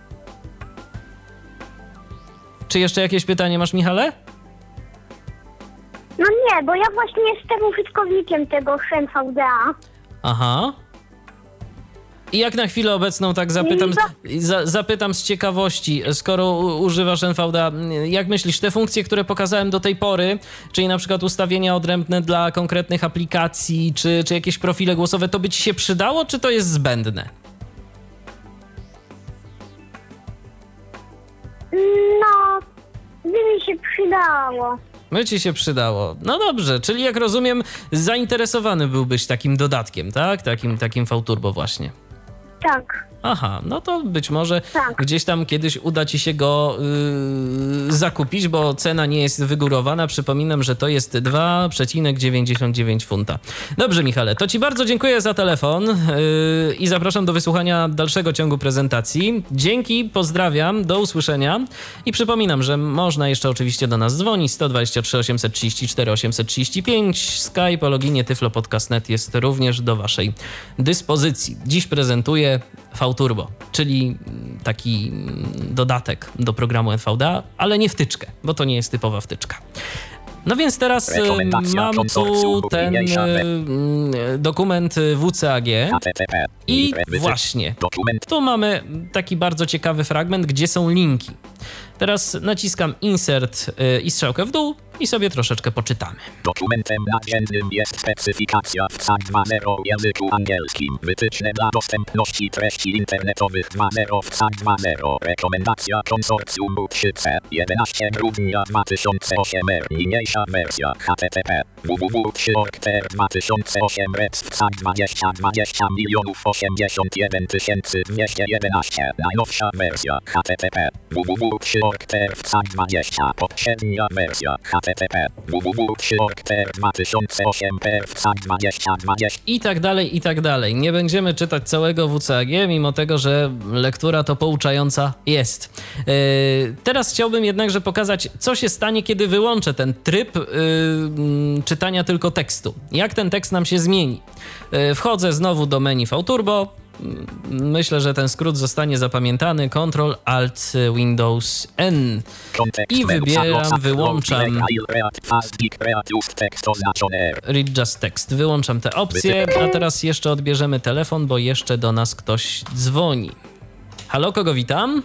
Czy jeszcze jakieś pytanie masz, Michale? No nie, bo ja właśnie jestem użytkownikiem tego N V D A. Aha. I jak na chwilę obecną tak zapytam, za, zapytam z ciekawości, skoro u, używasz N V D A, jak myślisz, te funkcje, które pokazałem do tej pory, czyli na przykład ustawienia odrębne dla konkretnych aplikacji, czy, czy jakieś profile głosowe, to by ci się przydało, czy to jest zbędne? No, by mi się przydało. By ci się przydało. No dobrze, czyli jak rozumiem, zainteresowany byłbyś takim dodatkiem, tak? Takim, takim V-Turbo właśnie. Tak. Aha, no to być może Tak. gdzieś tam kiedyś uda ci się go yy, zakupić, bo cena nie jest wygórowana. Przypominam, że to jest dwa przecinek dziewięćdziesiąt dziewięć funta. Dobrze, Michale, to ci bardzo dziękuję za telefon yy, i zapraszam do wysłuchania dalszego ciągu prezentacji. Dzięki, pozdrawiam, do usłyszenia i przypominam, że można jeszcze oczywiście do nas dzwonić sto dwadzieścia trzy osiemset trzydzieści cztery osiemset trzydzieści pięć. Skype o loginie tyflopodcast kropka net jest również do waszej dyspozycji. Dziś prezentuję V-Turbo, czyli taki dodatek do programu N V D A, ale nie wtyczkę, bo to nie jest typowa wtyczka. No więc teraz e, mam tu ten e, dokument W C A G i właśnie tu mamy taki bardzo ciekawy fragment, gdzie są linki. Teraz naciskam insert y, i strzałkę w dół i sobie troszeczkę poczytamy. Dokumentem naziemnym jest specyfikacja w C A G dwa zero języku angielskim. Wytyczne dla dostępności treści internetowych dwa zero w C A G dwa zero. Rekomendacja konsorcjum trzy C. jedenastego grudnia dwa tysiące osiem r. Niniejsza wersja H T T P. www trzy kropka org ter dwa tysiące osiem rec w C A G dwadzieścia dwadzieścia milionów osiemdziesiąt jeden tysięcy dwieście jedenaście. Najnowsza wersja H T T P. www trzy kropka org ter w C A G dwadzieścia. Poprzednia wersja H T T P. www trzy kropka org ter dwa tysiące osiem r w C A G dwadzieścia dwadzieścia. I tak dalej, i tak dalej. Nie będziemy czytać całego W C A G, mimo tego, że lektura to pouczająca jest. Yy, teraz chciałbym jednakże pokazać, co się stanie, kiedy wyłączę ten tryb yy, czytania tylko tekstu. Jak ten tekst nam się zmieni. Yy, wchodzę znowu do menu V-Turbo. Myślę, że ten skrót zostanie zapamiętany. Control Alt Windows N. I wybieram, wyłączam Read Just Text. Wyłączam te opcje, a teraz jeszcze odbierzemy telefon, bo jeszcze do nas ktoś dzwoni. Halo, kogo witam?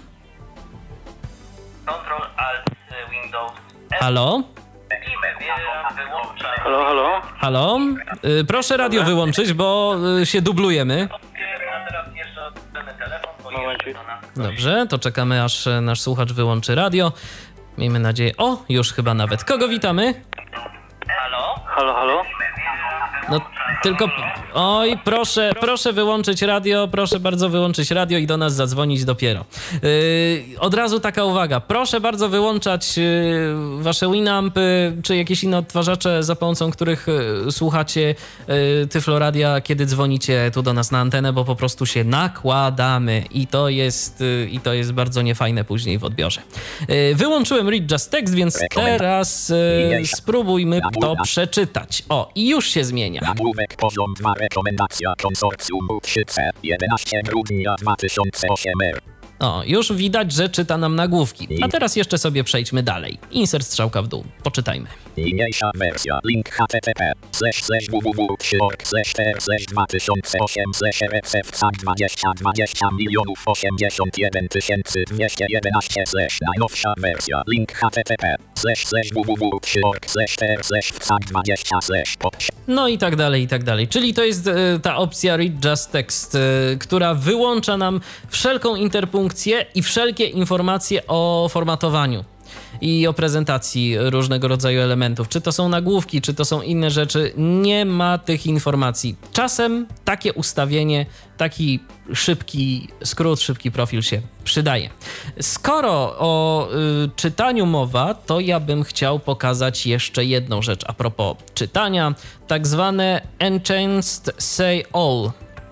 Control Alt Windows N. Halo? I wybieram, wyłączam. Halo, halo? Halo? Y, proszę radio wyłączyć, bo y, się dublujemy. A teraz jeszcze odbieramy telefon, bo Momencik. jeszcze do nas. Dobrze, to czekamy, aż e, nasz słuchacz wyłączy radio. Miejmy nadzieję... O, już chyba nawet. Kogo witamy? Halo? Halo, halo? No tylko... Oj, proszę, proszę wyłączyć radio, proszę bardzo wyłączyć radio i do nas zadzwonić dopiero. Yy, od razu taka uwaga. Proszę bardzo wyłączać yy, wasze Winampy, czy jakieś inne odtwarzacze, za pomocą których yy, słuchacie yy, Tyfloradia, kiedy dzwonicie tu do nas na antenę, bo po prostu się nakładamy i to jest, yy, i to jest bardzo niefajne później w odbiorze. Yy, wyłączyłem Read Just Text, więc teraz yy, spróbujmy to przeczytać. O, i już się zmienia. Nagłówek poziom dwa. Rekomendacja konsorcjum trzy C. jedenastego grudnia dwa tysiące osiem r. O, już widać, że czyta nam nagłówki. A teraz jeszcze sobie przejdźmy dalej. Insert strzałka w dół. Poczytajmy. Niniejsza wersja. Link H T T P. Slash slash www trzy kropka org slash ter slash dwa tysiące osiem slash rcf C A G dwadzieścia dwadzieścia milionów osiemdziesiąt jeden tysięcy dwieście jedenaście slash najnowsza wersja. Link H T T P. Slash slash www trzy kropka org slash ter slash C A G dwadzieścia slash pod. No i tak dalej, i tak dalej. Czyli to jest e, ta opcja Read Just Text, e, która wyłącza nam wszelką interpunkcję i wszelkie informacje o formatowaniu i o prezentacji różnego rodzaju elementów. Czy to są nagłówki, czy to są inne rzeczy, nie ma tych informacji. Czasem takie ustawienie, taki szybki skrót, szybki profil się przydaje. Skoro o y, czytaniu mowa, to ja bym chciał pokazać jeszcze jedną rzecz a propos czytania, tak zwane Enhanced Say All.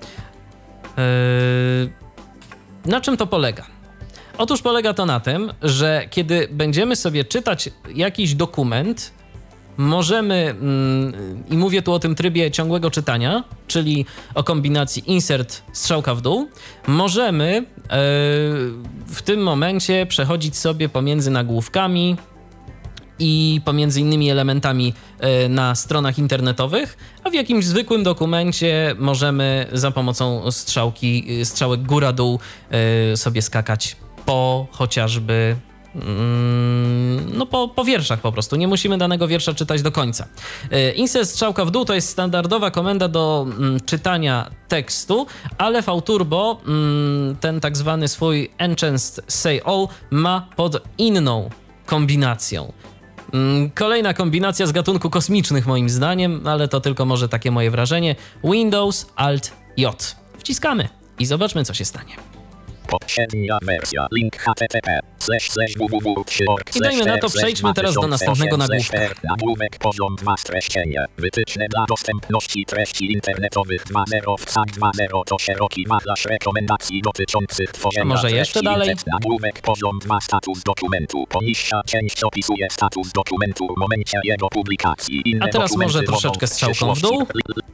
Yy, na czym to polega? Otóż polega to na tym, że kiedy będziemy sobie czytać jakiś dokument, możemy, mm, i mówię tu o tym trybie ciągłego czytania, czyli o kombinacji insert, strzałka w dół, możemy yy, w tym momencie przechodzić sobie pomiędzy nagłówkami i pomiędzy innymi elementami yy, na stronach internetowych, a w jakimś zwykłym dokumencie możemy za pomocą strzałki, yy, strzałek góra-dół yy, sobie skakać po chociażby no po, po wierszach po prostu. Nie musimy danego wiersza czytać do końca. Insert strzałka w dół to jest standardowa komenda do mm, czytania tekstu, ale V-Turbo mm, ten tak zwany swój Enhanced Say All ma pod inną kombinacją. Kolejna kombinacja z gatunku kosmicznych moim zdaniem, ale to tylko może takie moje wrażenie. Windows Alt J. Wciskamy i zobaczmy, co się stanie. Poprzednia wersja. Link http slash slash www. I dajmy na to, przejdźmy teraz do następnego nagłówka. Nagłówek poziom dwa streszczenie. Wytyczne dla dostępności treści internetowych dwa zero wstać dwa zero to szeroki wachlarz rekomendacji dotyczących tworzenia może treści. jeszcze dalej? Nagłówek poziom dwa status dokumentu. Poniższa część opisuje status dokumentu w momencie jego publikacji. Inne A teraz może dokumenty troszeczkę mogą w strzałką w dół.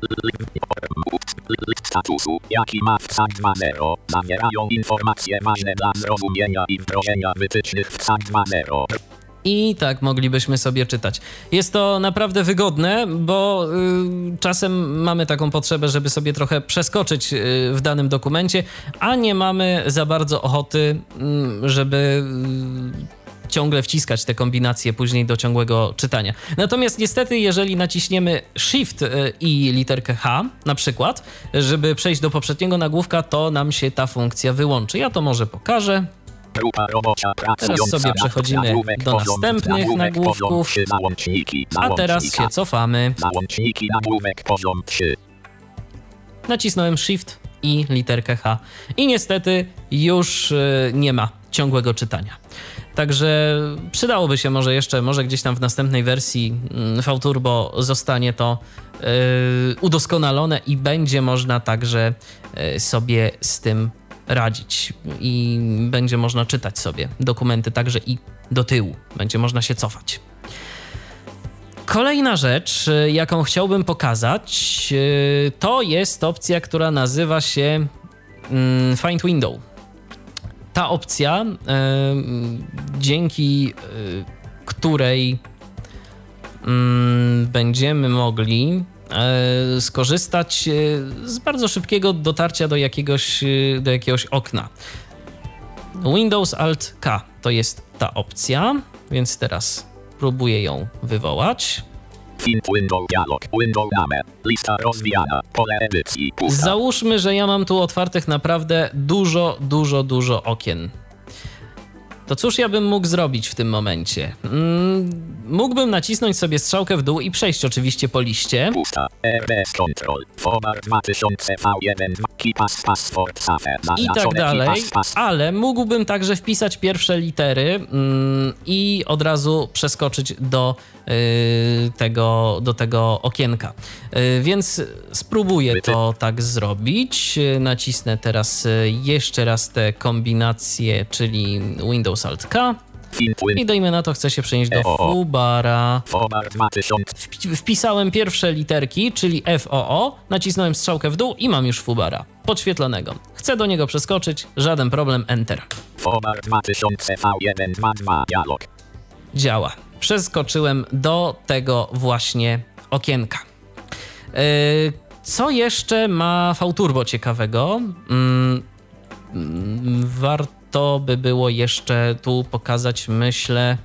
Statusu, jaki ma wstać dwa zero, zawierają informacje ważne dla zrozumienia i wdrożenia wytycznych wstać dwa zero. I tak moglibyśmy sobie czytać. Jest to naprawdę wygodne, bo y, czasem mamy taką potrzebę, żeby sobie trochę przeskoczyć y, w danym dokumencie, a nie mamy za bardzo ochoty, y, żeby y, ciągle wciskać te kombinacje później do ciągłego czytania. Natomiast niestety, jeżeli naciśniemy Shift y, i literkę H na przykład, żeby przejść do poprzedniego nagłówka, to nam się ta funkcja wyłączy. Ja to może pokażę. Teraz sobie przechodzimy do następnych nagłówków, a teraz się cofamy. Nacisnąłem Shift i literkę H i niestety już nie ma ciągłego czytania. Także przydałoby się może jeszcze, może gdzieś tam w następnej wersji VTurbo zostanie to yy, udoskonalone i będzie można także yy, sobie z tym radzić i będzie można czytać sobie dokumenty także i do tyłu. Będzie można się cofać. Kolejna rzecz, jaką chciałbym pokazać, to jest opcja, która nazywa się Find Window. Ta opcja, dzięki której będziemy mogli skorzystać z bardzo szybkiego dotarcia do jakiegoś, do jakiegoś okna. Windows Alt K to jest ta opcja, więc teraz próbuję ją wywołać. Window dialog, window name, lista rozwijana, pole edycji, pusta. Załóżmy, że ja mam tu otwartych naprawdę dużo, dużo, dużo okien. To cóż ja bym mógł zrobić w tym momencie? Mm, mógłbym nacisnąć sobie strzałkę w dół i przejść oczywiście po liście. Pusta, R D S Control, Fobar dwa tysiące V jeden, KeePass Password Safe, i tak dalej, ale mógłbym także wpisać pierwsze litery mm, i od razu przeskoczyć do, y, tego, do tego okienka. Y, więc spróbuję to tak zrobić. Nacisnę teraz jeszcze raz te kombinacje, czyli Windows Alt K. I dajmy na to, chcę się przenieść do Fubara. Wpisałem pierwsze literki, czyli F O O, nacisnąłem strzałkę w dół i mam już Fubara podświetlonego. Chcę do niego przeskoczyć, żaden problem, Enter. Fubar dwa tysiące V jeden dwa dwa dialog. Działa. Przeskoczyłem do tego właśnie okienka. Yy, co jeszcze ma VTurbo ciekawego? Yy, warto To by było jeszcze tu pokazać, myślę,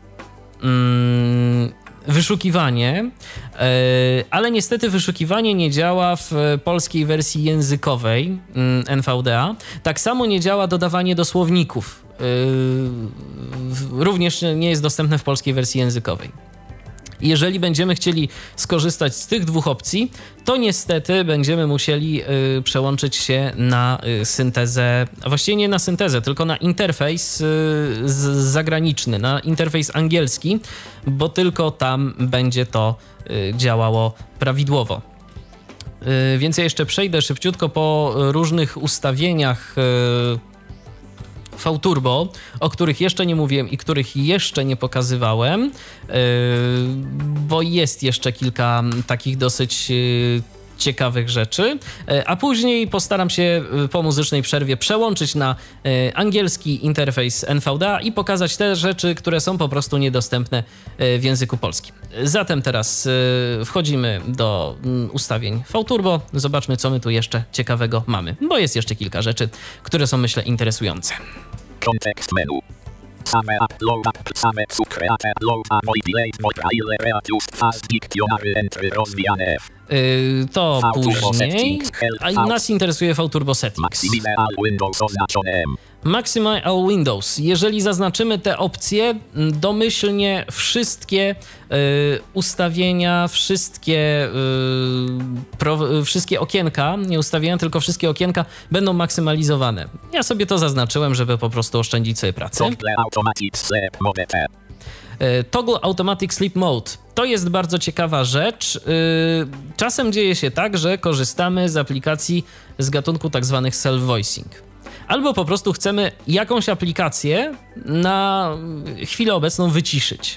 mm, wyszukiwanie, yy, ale niestety wyszukiwanie nie działa w polskiej wersji językowej yy, N V D A. Tak samo nie działa dodawanie do słowników. Yy, również nie jest dostępne w polskiej wersji językowej. Jeżeli będziemy chcieli skorzystać z tych dwóch opcji, to niestety będziemy musieli y, przełączyć się na y, syntezę, a właściwie nie na syntezę, tylko na interfejs y, z, zagraniczny, na interfejs angielski, bo tylko tam będzie to y, działało prawidłowo. Y, więc ja jeszcze przejdę szybciutko po różnych ustawieniach y, VTurbo, o których jeszcze nie mówiłem i których jeszcze nie pokazywałem, yy, bo jest jeszcze kilka takich dosyć yy, ciekawych rzeczy, yy, a później postaram się yy, po muzycznej przerwie przełączyć na yy, angielski interfejs N V D A i pokazać te rzeczy, które są po prostu niedostępne yy, w języku polskim. Zatem teraz yy, wchodzimy do yy, ustawień VTurbo, zobaczmy, co my tu jeszcze ciekawego mamy, bo jest jeszcze kilka rzeczy, które są, myślę, interesujące. Kontekst menu. Same upload up, same subcreate load avoid delay, mod ile readjust fast dictionary entry rozwijane F. Yy, to V-Turbo później. Settings, help A i out. nas interesuje V-Turbo Settings. Maximum all Windows oznaczone M. Maximize All Windows. Jeżeli zaznaczymy te opcje, m, domyślnie wszystkie y, ustawienia, wszystkie, y, pro, y, wszystkie okienka, nie ustawienia, tylko wszystkie okienka będą maksymalizowane. Ja sobie to zaznaczyłem, żeby po prostu oszczędzić sobie pracę. Toggle Automatic Sleep Mode P. Y, Toggle Automatic Sleep Mode. To jest bardzo ciekawa rzecz. Y, Czasem dzieje się tak, że korzystamy z aplikacji z gatunku tak zwanych self-voicing. Albo po prostu chcemy jakąś aplikację na chwilę obecną wyciszyć.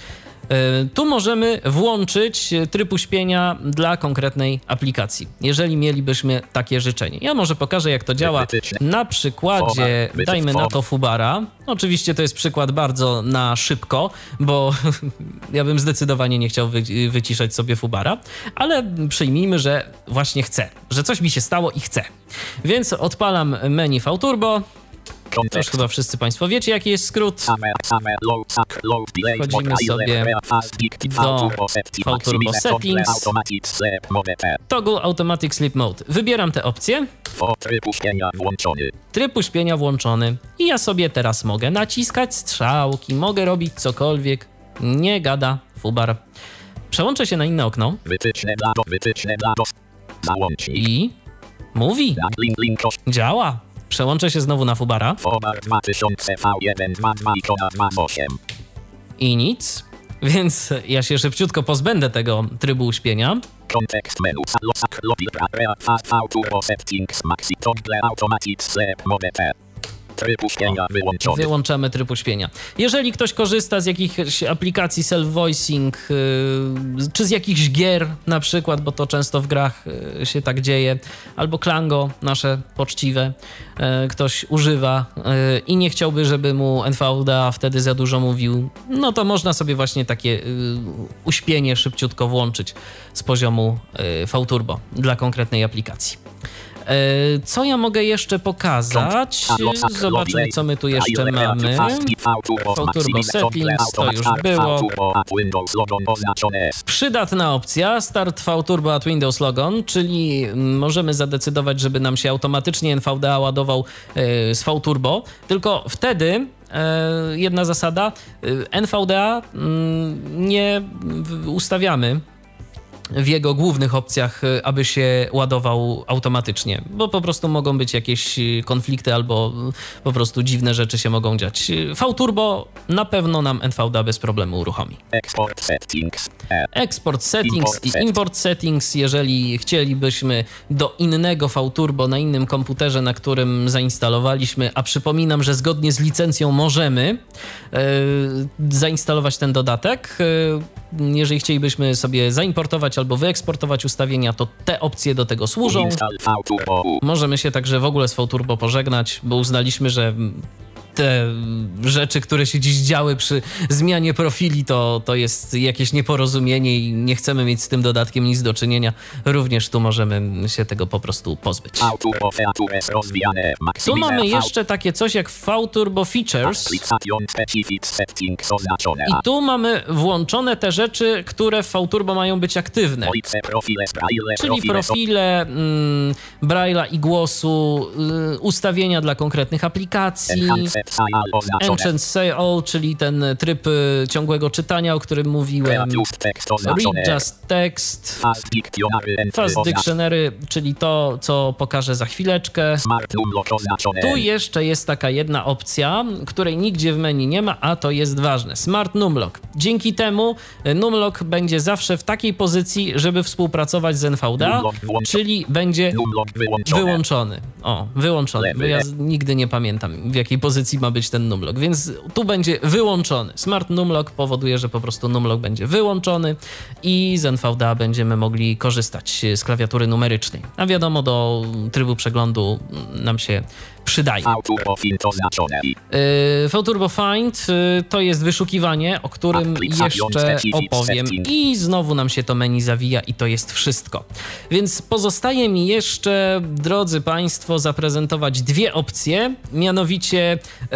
Yy, Tu możemy włączyć tryb uśpienia dla konkretnej aplikacji, jeżeli mielibyśmy takie życzenie. Ja może pokażę, jak to działa na przykładzie, dajmy na to Fubara. Oczywiście to jest przykład bardzo na szybko, bo ja bym zdecydowanie nie chciał wy- wyciszać sobie Fubara, ale przyjmijmy, że właśnie chcę, że coś mi się stało i chcę. Więc odpalam menu V-Turbo. To już Kontekst. chyba wszyscy Państwo wiecie, jaki jest skrót. Summer, summer, low, suck, low, delay, Wchodzimy mode, sobie rare, fast, dict, do V-Turbo Settings, V-Turbo maximize, toggle Settings. Automatic Sleep Mode P. Toggle Automatic Sleep Mode. Wybieram te opcje. O, tryb uśpienia włączony. Tryb uśpienia włączony. I ja sobie teraz mogę naciskać strzałki, mogę robić cokolwiek. Nie gada Fubar. Przełączę się na inne okno Wytyczne dla do, wytyczne dla do. Załącznik. i mówi. Jak link, link, kosz, Działa. Przełączę się znowu na Fubara Fobar dwa tysiące V jeden dwa dwa ikona dwa osiem. i nic. Więc ja się szybciutko pozbędę tego trybu uśpienia. Kontekst menu, losak, lobby, area, V-Turbo Settings, maxi, toggle Automatic Sleep Mode P. Tryb uśpienia wyłączony. Wyłączamy tryb uśpienia. Jeżeli ktoś korzysta z jakichś aplikacji self-voicing, yy, czy z jakichś gier na przykład, bo to często w grach yy, się tak dzieje, albo Klango, nasze poczciwe, yy, ktoś używa yy, i nie chciałby, żeby mu N V D A wtedy za dużo mówił, no to można sobie właśnie takie yy, uśpienie szybciutko włączyć z poziomu yy, V-Turbo dla konkretnej aplikacji. E, Co ja mogę jeszcze pokazać? Zobaczmy, co my tu jeszcze mamy. V-Turbo Settings, to już było. Przydatna opcja Start V-Turbo at Windows Logon, czyli możemy zadecydować, żeby nam się automatycznie N V D A ładował e, z V-Turbo, tylko wtedy e, jedna zasada, e, N V D A mm, nie w- ustawiamy w jego głównych opcjach, y, aby się ładował automatycznie, bo po prostu mogą być jakieś y, konflikty albo y, po prostu dziwne rzeczy się mogą dziać. Y, V-Turbo na pewno nam N V D A bez problemu uruchomi. Export settings. E. Export settings Import i set. import settings, jeżeli chcielibyśmy do innego V-Turbo na innym komputerze, na którym zainstalowaliśmy, a przypominam, że zgodnie z licencją możemy e, zainstalować ten dodatek. E, jeżeli chcielibyśmy sobie zaimportować albo wyeksportować ustawienia, to te opcje do tego służą. Install V-Turbo U. Możemy się także w ogóle z V-Turbo pożegnać, bo uznaliśmy, że te rzeczy, które się dziś działy przy zmianie profili, to, to jest jakieś nieporozumienie i nie chcemy mieć z tym dodatkiem nic do czynienia. Również tu możemy się tego po prostu pozbyć. V-Turbo Features rozwijane. Tu Maximize mamy V- jeszcze takie coś jak V-Turbo Features. Application specific settings oznaczone. I tu mamy włączone te rzeczy, które w V-Turbo mają być aktywne. Ojce profile z braille. Czyli profile mm, Braille'a i głosu, y, ustawienia dla konkretnych aplikacji. Enhanced file oznaczone. Enchant Say All, czyli ten tryb y, ciągłego czytania, o którym mówiłem. Just text oznaczone. Read Just Text. Fast Dictionary entry Fast oznaczone. Dictionary, czyli to, co pokażę za chwileczkę. Smart Numlock oznaczone. Tu jeszcze jest taka jedna opcja, której nigdzie w menu nie ma, a to jest ważne. Smart Numlock. Dzięki temu y, Numlock będzie zawsze w takiej pozycji, żeby współpracować z N V D A, Numlock włączony. czyli będzie Numlock wyłączone. wyłączony. O, wyłączony, bo ja z- nigdy nie pamiętam, w jakiej pozycji ma być ten numlock, więc tu będzie wyłączony. Smart Numlock powoduje, że po prostu numlock będzie wyłączony i z N V D A będziemy mogli korzystać z klawiatury numerycznej. A wiadomo, do trybu przeglądu nam się przydaje. V-Turbo Find oznaczone. Yy, V-Turbo Find yy, to jest wyszukiwanie, o którym Application jeszcze specific opowiem setting. i znowu nam się to menu zawija i to jest wszystko. Więc pozostaje mi jeszcze, drodzy Państwo, zaprezentować dwie opcje, mianowicie yy,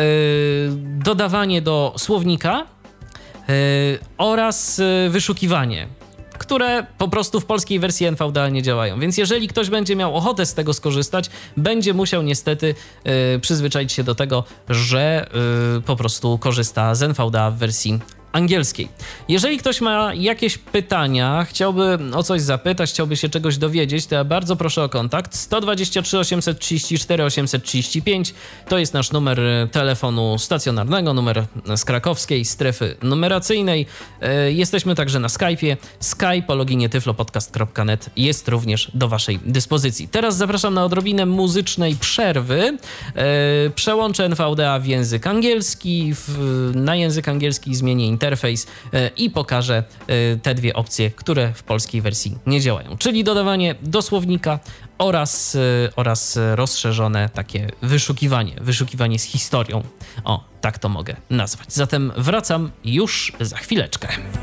dodawanie do słownika yy, oraz yy, wyszukiwanie, które po prostu w polskiej wersji N V D A nie działają. Więc jeżeli ktoś będzie miał ochotę z tego skorzystać, będzie musiał niestety y, przyzwyczaić się do tego, że y, po prostu korzysta z N V D A w wersji angielskiej. Jeżeli ktoś ma jakieś pytania, chciałby o coś zapytać, chciałby się czegoś dowiedzieć, to ja bardzo proszę o kontakt. sto dwadzieścia trzy osiemset trzydzieści cztery osiemset trzydzieści pięć to jest nasz numer telefonu stacjonarnego, numer z krakowskiej strefy numeracyjnej. Jesteśmy także na Skype'ie. Skype o loginie tyflopodcast kropka net jest również do waszej dyspozycji. Teraz zapraszam na odrobinę muzycznej przerwy. Przełączę N V D A w język angielski. W, na język angielski zmienię interfejs i pokażę te dwie opcje, które w polskiej wersji nie działają, czyli dodawanie do słownika oraz, oraz rozszerzone takie wyszukiwanie, wyszukiwanie z historią. O, tak to mogę nazwać. Zatem wracam już za chwileczkę.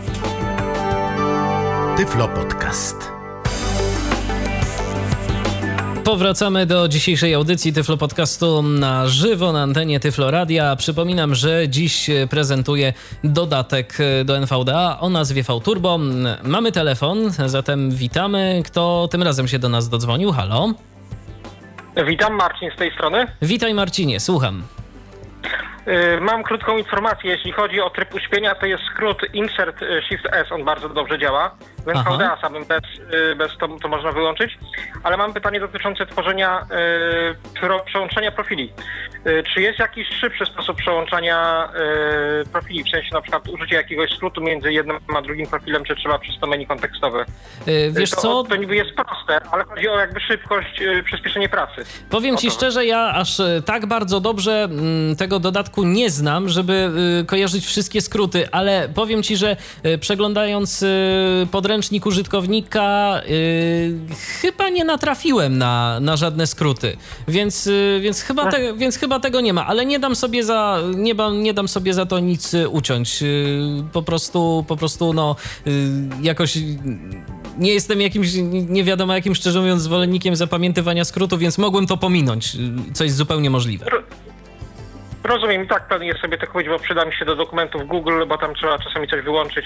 Tyflo Podcast. Powracamy do dzisiejszej audycji Tyflo Podcastu na żywo na antenie Tyflo Radia. Przypominam, że dziś prezentuję dodatek do N V D A o nazwie V-Turbo. Mamy telefon, zatem witamy. Kto tym razem się do nas dodzwonił? Halo? Witam, Marcin z tej strony. Witaj Marcinie, słucham. Mam krótką informację, jeśli chodzi o tryb uśpienia, to jest skrót Insert Shift S, on bardzo dobrze działa. W N V D A samym bez, bez to, to można wyłączyć, ale mam pytanie dotyczące tworzenia, y, pro, przełączania profili. Y, czy jest jakiś szybszy sposób przełączania y, profili, w sensie na przykład użycie jakiegoś skrótu między jednym a drugim profilem, czy trzeba przez to menu kontekstowe? Yy, wiesz to, co? To niby jest proste, ale chodzi o jakby szybkość, y, przyspieszenie pracy. Powiem ci szczerze, ja aż tak bardzo dobrze m, tego dodatku nie znam, żeby y, kojarzyć wszystkie skróty, ale powiem ci, że y, przeglądając y, podręcznik użytkownika y, chyba nie natrafiłem na, na żadne skróty, więc, y, więc, chyba te, więc chyba tego nie ma, ale nie dam sobie za, nie, nie dam sobie za to nic y, uciąć. Y, po prostu, po prostu no y, jakoś nie jestem jakimś, nie wiadomo jakim, szczerze mówiąc, zwolennikiem zapamiętywania skrótów, więc mogłem to pominąć, y, co jest zupełnie możliwe. Rozumiem, i tak planuję sobie to kupić, bo przyda mi się do dokumentów Google, bo tam trzeba czasami coś wyłączyć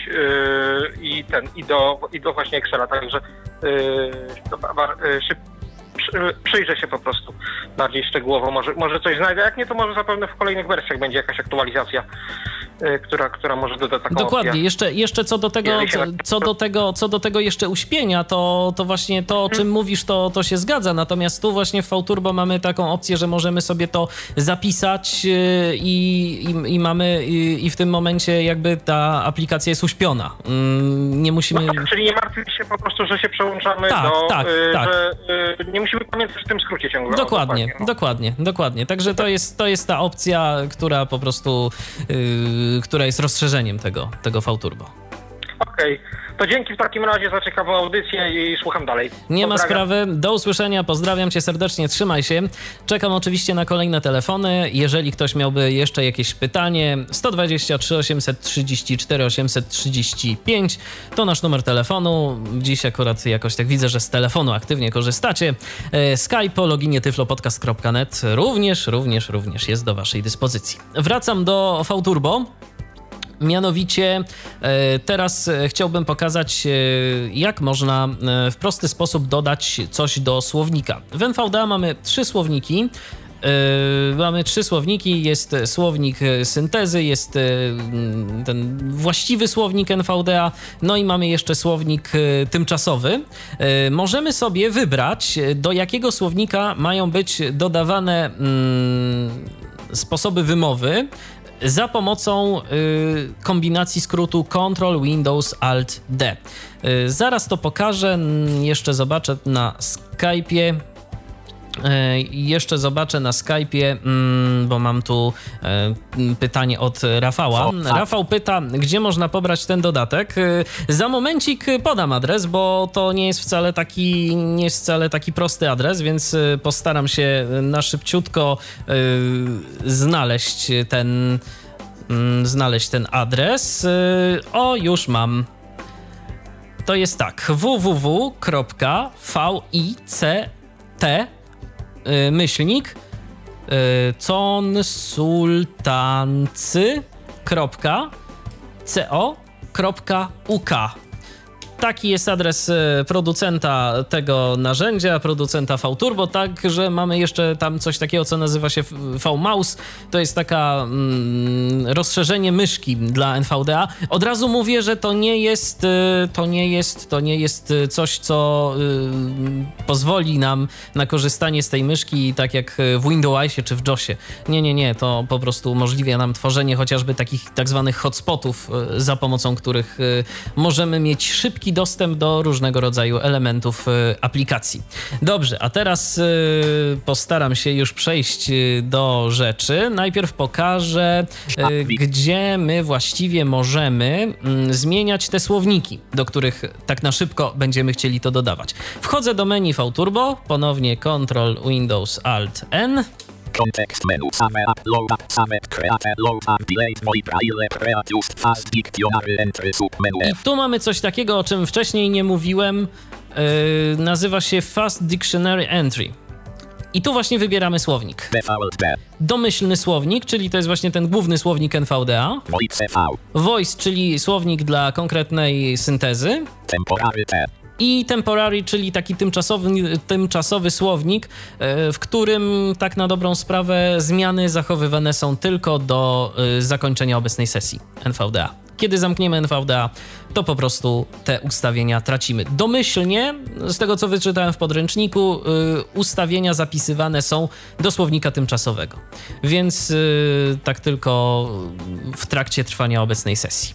yy, i ten, i do, i do właśnie Excela, także yy, to, yy, szyb, przy, przyjrzę się po prostu bardziej szczegółowo, może, może coś znajdę, jak nie, to może zapewne w kolejnych wersjach będzie jakaś aktualizacja, yy, która, która może doda taką Dokładnie, opcję. jeszcze, jeszcze co do tego, co, co do tego, co do tego jeszcze uśpienia, to, to właśnie to, o czym hmm. mówisz, to, to się zgadza, natomiast tu właśnie w V-Turbo mamy taką opcję, że możemy sobie to zapisać i, i, i mamy i, i w tym momencie jakby ta aplikacja jest uśpiona. Nie musimy... No, czyli nie martwić się po prostu, że się przełączamy tak, do... Tak, yy, tak. Że, yy, nie musimy pamiętać w tym skrócie ciągle. Dokładnie, O, dokładnie, no. dokładnie, dokładnie. Także to jest, to jest ta opcja, która po prostu, yy, która jest rozszerzeniem tego, tego V-Turbo. Okej, okay. To dzięki w takim razie za ciekawą audycję i słucham dalej. Nie ma Pozdrawiam. sprawy, do usłyszenia, pozdrawiam cię serdecznie, trzymaj się. Czekam oczywiście na kolejne telefony. Jeżeli ktoś miałby jeszcze jakieś pytanie, sto dwadzieścia trzy osiemset trzydzieści cztery osiemset trzydzieści pięć to nasz numer telefonu. Dziś akurat jakoś tak widzę, że z telefonu aktywnie korzystacie. Skype o loginie tyflopodcast kropka net również, również, również jest do waszej dyspozycji. Wracam do V-Turbo. Mianowicie teraz chciałbym pokazać, jak można w prosty sposób dodać coś do słownika. W N V D A mamy trzy słowniki. Mamy trzy słowniki, jest słownik syntezy, jest ten właściwy słownik N V D A, no i mamy jeszcze słownik tymczasowy. Możemy sobie wybrać, do jakiego słownika mają być dodawane sposoby wymowy za pomocą y, kombinacji skrótu Ctrl Windows Alt D. Y, zaraz to pokażę, jeszcze zobaczę na Skype'ie. Jeszcze zobaczę na Skype'ie, bo mam tu pytanie od Rafała. Rafał pyta, gdzie można pobrać ten dodatek. Za momencik podam adres, bo to nie jest wcale taki, nie jest wcale taki prosty adres, więc postaram się na szybciutko znaleźć ten, znaleźć ten adres. O, już mam. To jest tak, www kropka vict myślnik consultancy kropka co kropka uk. taki jest adres producenta tego narzędzia, producenta VTurbo, także mamy jeszcze tam coś takiego, co nazywa się V-Mouse. To jest taka mm, rozszerzenie myszki dla N V D A. Od razu mówię, że to nie jest, to nie jest, to nie jest coś, co y, pozwoli nam na korzystanie z tej myszki tak jak w Windowsie czy w JOSie. Nie, nie, nie, to po prostu umożliwia nam tworzenie chociażby takich tak zwanych hotspotów, za pomocą których możemy mieć szybki dostęp do różnego rodzaju elementów aplikacji. Dobrze, a teraz postaram się już przejść do rzeczy. Najpierw pokażę, gdzie my właściwie możemy zmieniać te słowniki, do których tak na szybko będziemy chcieli to dodawać. Wchodzę do menu VTurbo, ponownie Ctrl Windows Alt N. Kontekst menu, same up, load up, same create, load up, delete, moi braille, create, just fast dictionary, entry, submenu. I tu mamy coś takiego, o czym wcześniej nie mówiłem, yy, nazywa się Fast Dictionary Entry. I tu właśnie wybieramy słownik. Default D. Domyślny słownik, czyli to jest właśnie ten główny słownik N V D A. Voice V. Voice, czyli słownik dla konkretnej syntezy. Temporary T. I temporary, czyli taki tymczasowy, tymczasowy słownik, w którym tak na dobrą sprawę zmiany zachowywane są tylko do zakończenia obecnej sesji N V D A. Kiedy zamkniemy N V D A, to po prostu te ustawienia tracimy. Domyślnie, z tego co wyczytałem w podręczniku, ustawienia zapisywane są do słownika tymczasowego. Więc tak tylko w trakcie trwania obecnej sesji.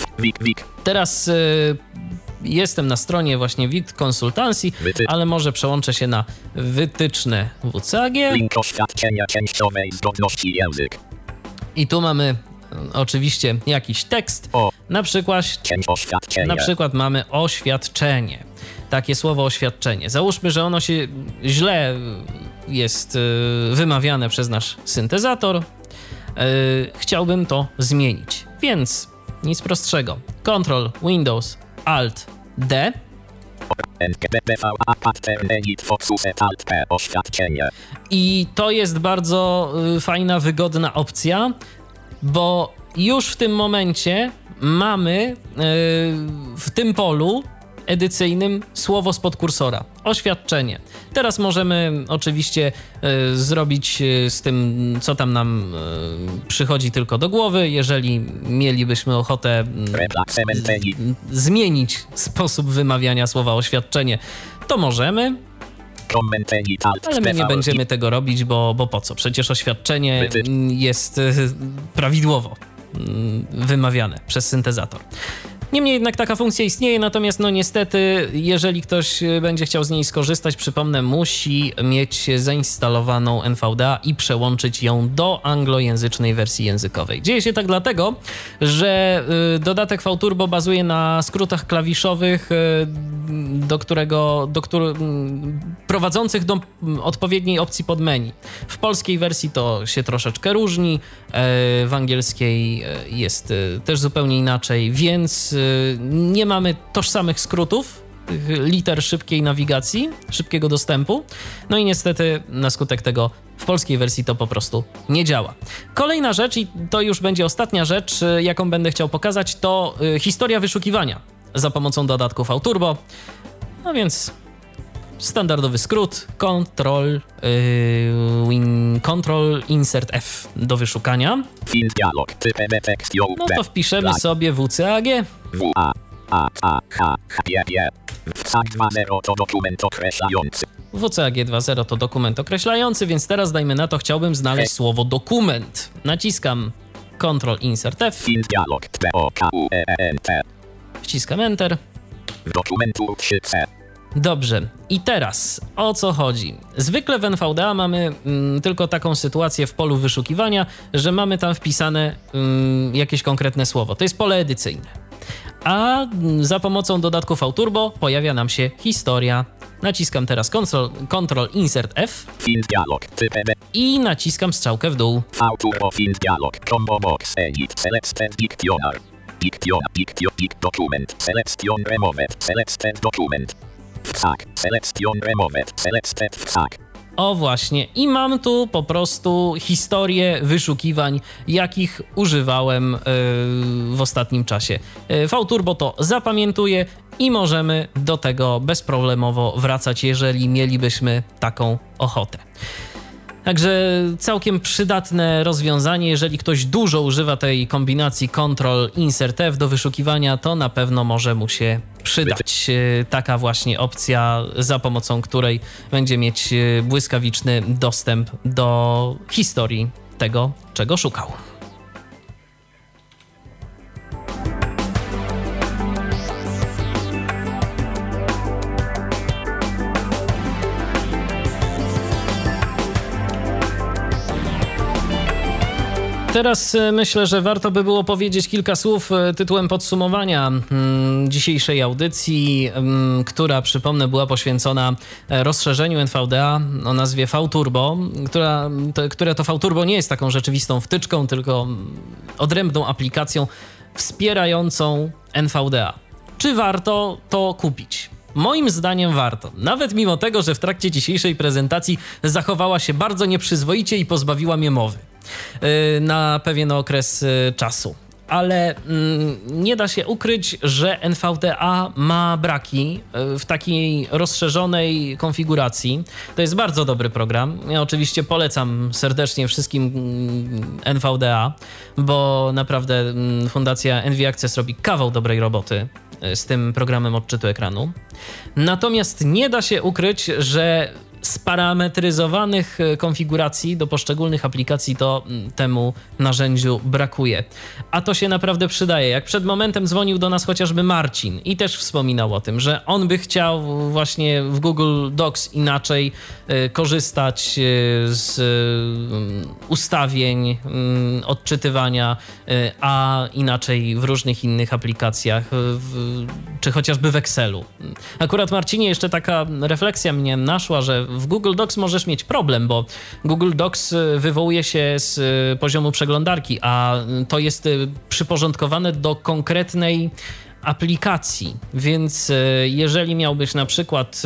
Teraz jestem na stronie właśnie W I T Konsultancy, ale może przełączę się na wytyczne W C A G. Link oświadczenia częściowej zgodności język. I tu mamy oczywiście jakiś tekst. O, na przykład, na przykład mamy oświadczenie. Takie słowo oświadczenie. Załóżmy, że ono się źle jest wymawiane przez nasz syntezator. Chciałbym to zmienić, więc nic prostszego. Ctrl Windows Alt D. I to jest bardzo fajna, wygodna opcja, bo już w tym momencie mamy w tym polu edycyjnym słowo spod kursora. Oświadczenie. Teraz możemy oczywiście y, zrobić z tym, co tam nam y, przychodzi tylko do głowy. Jeżeli mielibyśmy ochotę y, zmienić sposób wymawiania słowa oświadczenie, to możemy. Ale my nie będziemy tego robić, bo, bo po co? Przecież oświadczenie jest y, prawidłowo y, wymawiane przez syntezator. Niemniej jednak taka funkcja istnieje, natomiast no niestety, jeżeli ktoś będzie chciał z niej skorzystać, przypomnę, musi mieć zainstalowaną N V D A i przełączyć ją do anglojęzycznej wersji językowej. Dzieje się tak dlatego, że dodatek VTurbo bazuje na skrótach klawiszowych, do którego, do który, prowadzących do odpowiedniej opcji pod menu. W polskiej wersji to się troszeczkę różni, w angielskiej jest też zupełnie inaczej, więc nie mamy tożsamych skrótów, tych liter szybkiej nawigacji, szybkiego dostępu. No i niestety na skutek tego w polskiej wersji to po prostu nie działa. Kolejna rzecz, i to już będzie ostatnia rzecz, jaką będę chciał pokazać, to historia wyszukiwania za pomocą dodatku VTurbo. No więc standardowy skrót Ctrl, yy, win, Ctrl Insert F do wyszukania. No to wpiszemy sobie W C A G. W C A G dwa zero to dokument określający, więc teraz dajmy na to, chciałbym znaleźć słowo dokument. Naciskam Ctrl Insert F. Wciskam Enter. Dobrze, i teraz o co chodzi? Zwykle w N V D A mamy mm, tylko taką sytuację w polu wyszukiwania, że mamy tam wpisane mm, jakieś konkretne słowo. To jest pole edycyjne. A mm, za pomocą dodatku VTurbo pojawia nam się historia. Naciskam teraz Ctrl, Ctrl Insert F i naciskam strzałkę w dół. VTurbo Find Dialog, Combo Box Edit, Selected Dictionary. Diction, diction, dic, document, selection removed, selected document. Wsak, selection removed, selected wsak. O właśnie, i mam tu po prostu historię wyszukiwań, jakich używałem yy, w ostatnim czasie. Yy, VTurbo to zapamiętuje i możemy do tego bezproblemowo wracać, jeżeli mielibyśmy taką ochotę. Także całkiem przydatne rozwiązanie. Jeżeli ktoś dużo używa tej kombinacji Ctrl Insert F do wyszukiwania, to na pewno może mu się przydać taka właśnie opcja, za pomocą której będzie mieć błyskawiczny dostęp do historii tego, czego szukał. Teraz myślę, że warto by było powiedzieć kilka słów tytułem podsumowania dzisiejszej audycji, która, przypomnę, była poświęcona rozszerzeniu N V D A o nazwie VTurbo, która, to, które to VTurbo nie jest taką rzeczywistą wtyczką, tylko odrębną aplikacją wspierającą N V D A. Czy warto to kupić? Moim zdaniem warto. Nawet mimo tego, że w trakcie dzisiejszej prezentacji zachowała się bardzo nieprzyzwoicie i pozbawiła mnie mowy na pewien okres czasu. Ale mm, nie da się ukryć, że N V D A ma braki w takiej rozszerzonej konfiguracji. To jest bardzo dobry program. Ja oczywiście polecam serdecznie wszystkim N V D A, bo naprawdę Fundacja N V Access robi kawał dobrej roboty z tym programem odczytu ekranu. Natomiast nie da się ukryć, że sparametryzowanych konfiguracji do poszczególnych aplikacji to temu narzędziu brakuje. A to się naprawdę przydaje. Jak przed momentem dzwonił do nas chociażby Marcin i też wspominał o tym, że on by chciał właśnie w Google Docs inaczej y, korzystać y, z y, ustawień y, odczytywania, y, a inaczej w różnych innych aplikacjach, w, czy chociażby w Excelu. Akurat, Marcinie, jeszcze taka refleksja mnie naszła, że w Google Docs możesz mieć problem, bo Google Docs wywołuje się z poziomu przeglądarki, a to jest przyporządkowane do konkretnej aplikacji, więc jeżeli miałbyś na przykład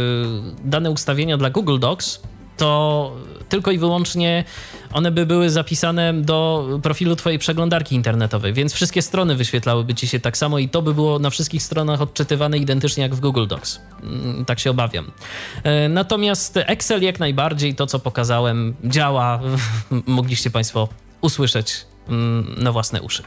dane ustawienia dla Google Docs, to tylko i wyłącznie one by były zapisane do profilu twojej przeglądarki internetowej, więc wszystkie strony wyświetlałyby ci się tak samo i to by było na wszystkich stronach odczytywane identycznie jak w Google Docs. Tak się obawiam. Natomiast Excel jak najbardziej, to co pokazałem, działa. Mogliście państwo usłyszeć na własne uszy.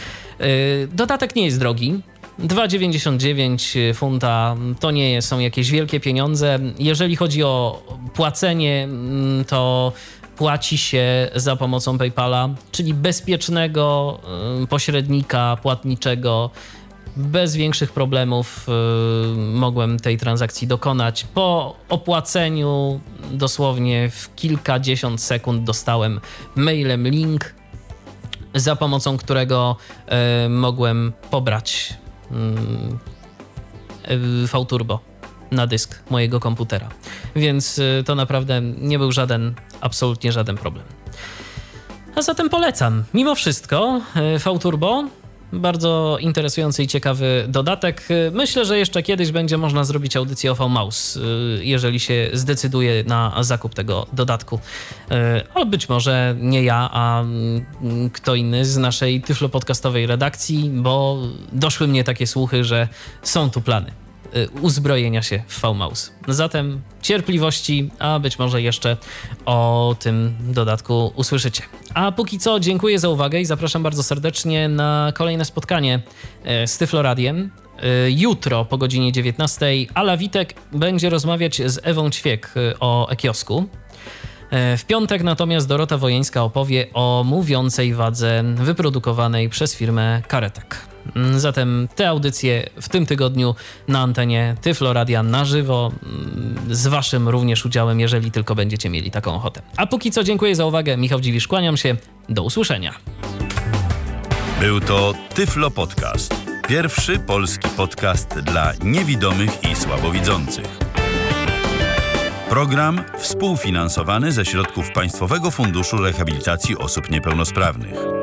Dodatek nie jest drogi. dwa dziewięćdziesiąt dziewięć funta to nie są jakieś wielkie pieniądze. Jeżeli chodzi o płacenie, to płaci się za pomocą PayPala, czyli bezpiecznego pośrednika płatniczego. Bez większych problemów mogłem tej transakcji dokonać. Po opłaceniu dosłownie w kilkadziesiąt sekund dostałem mailem link, za pomocą którego mogłem pobrać VTurbo na dysk mojego komputera. Więc to naprawdę nie był żaden, absolutnie żaden problem. A zatem polecam. Mimo wszystko VTurbo, bardzo interesujący i ciekawy dodatek. Myślę, że jeszcze kiedyś będzie można zrobić audycję o VMouse, jeżeli się zdecyduje na zakup tego dodatku. Ale być może nie ja, a kto inny z naszej tyflopodcastowej redakcji, bo doszły mnie takie słuchy, że są tu plany uzbrojenia się w VMouse. Zatem cierpliwości, a być może jeszcze o tym dodatku usłyszycie. A póki co dziękuję za uwagę i zapraszam bardzo serdecznie na kolejne spotkanie z Tyflo Radiem. Jutro po godzinie dziewiętnastej Ala Witek będzie rozmawiać z Ewą Ćwiek o e-kiosku. W piątek natomiast Dorota Wojeńska opowie o mówiącej wadze wyprodukowanej przez firmę Karetek. Zatem te audycje w tym tygodniu na antenie Tyflo Radia na żywo, z waszym również udziałem, jeżeli tylko będziecie mieli taką ochotę. A póki co dziękuję za uwagę. Michał Dziwisz, kłaniam się. Do usłyszenia. Był to Tyflo Podcast. Pierwszy polski podcast dla niewidomych i słabowidzących. Program współfinansowany ze środków Państwowego Funduszu Rehabilitacji Osób Niepełnosprawnych.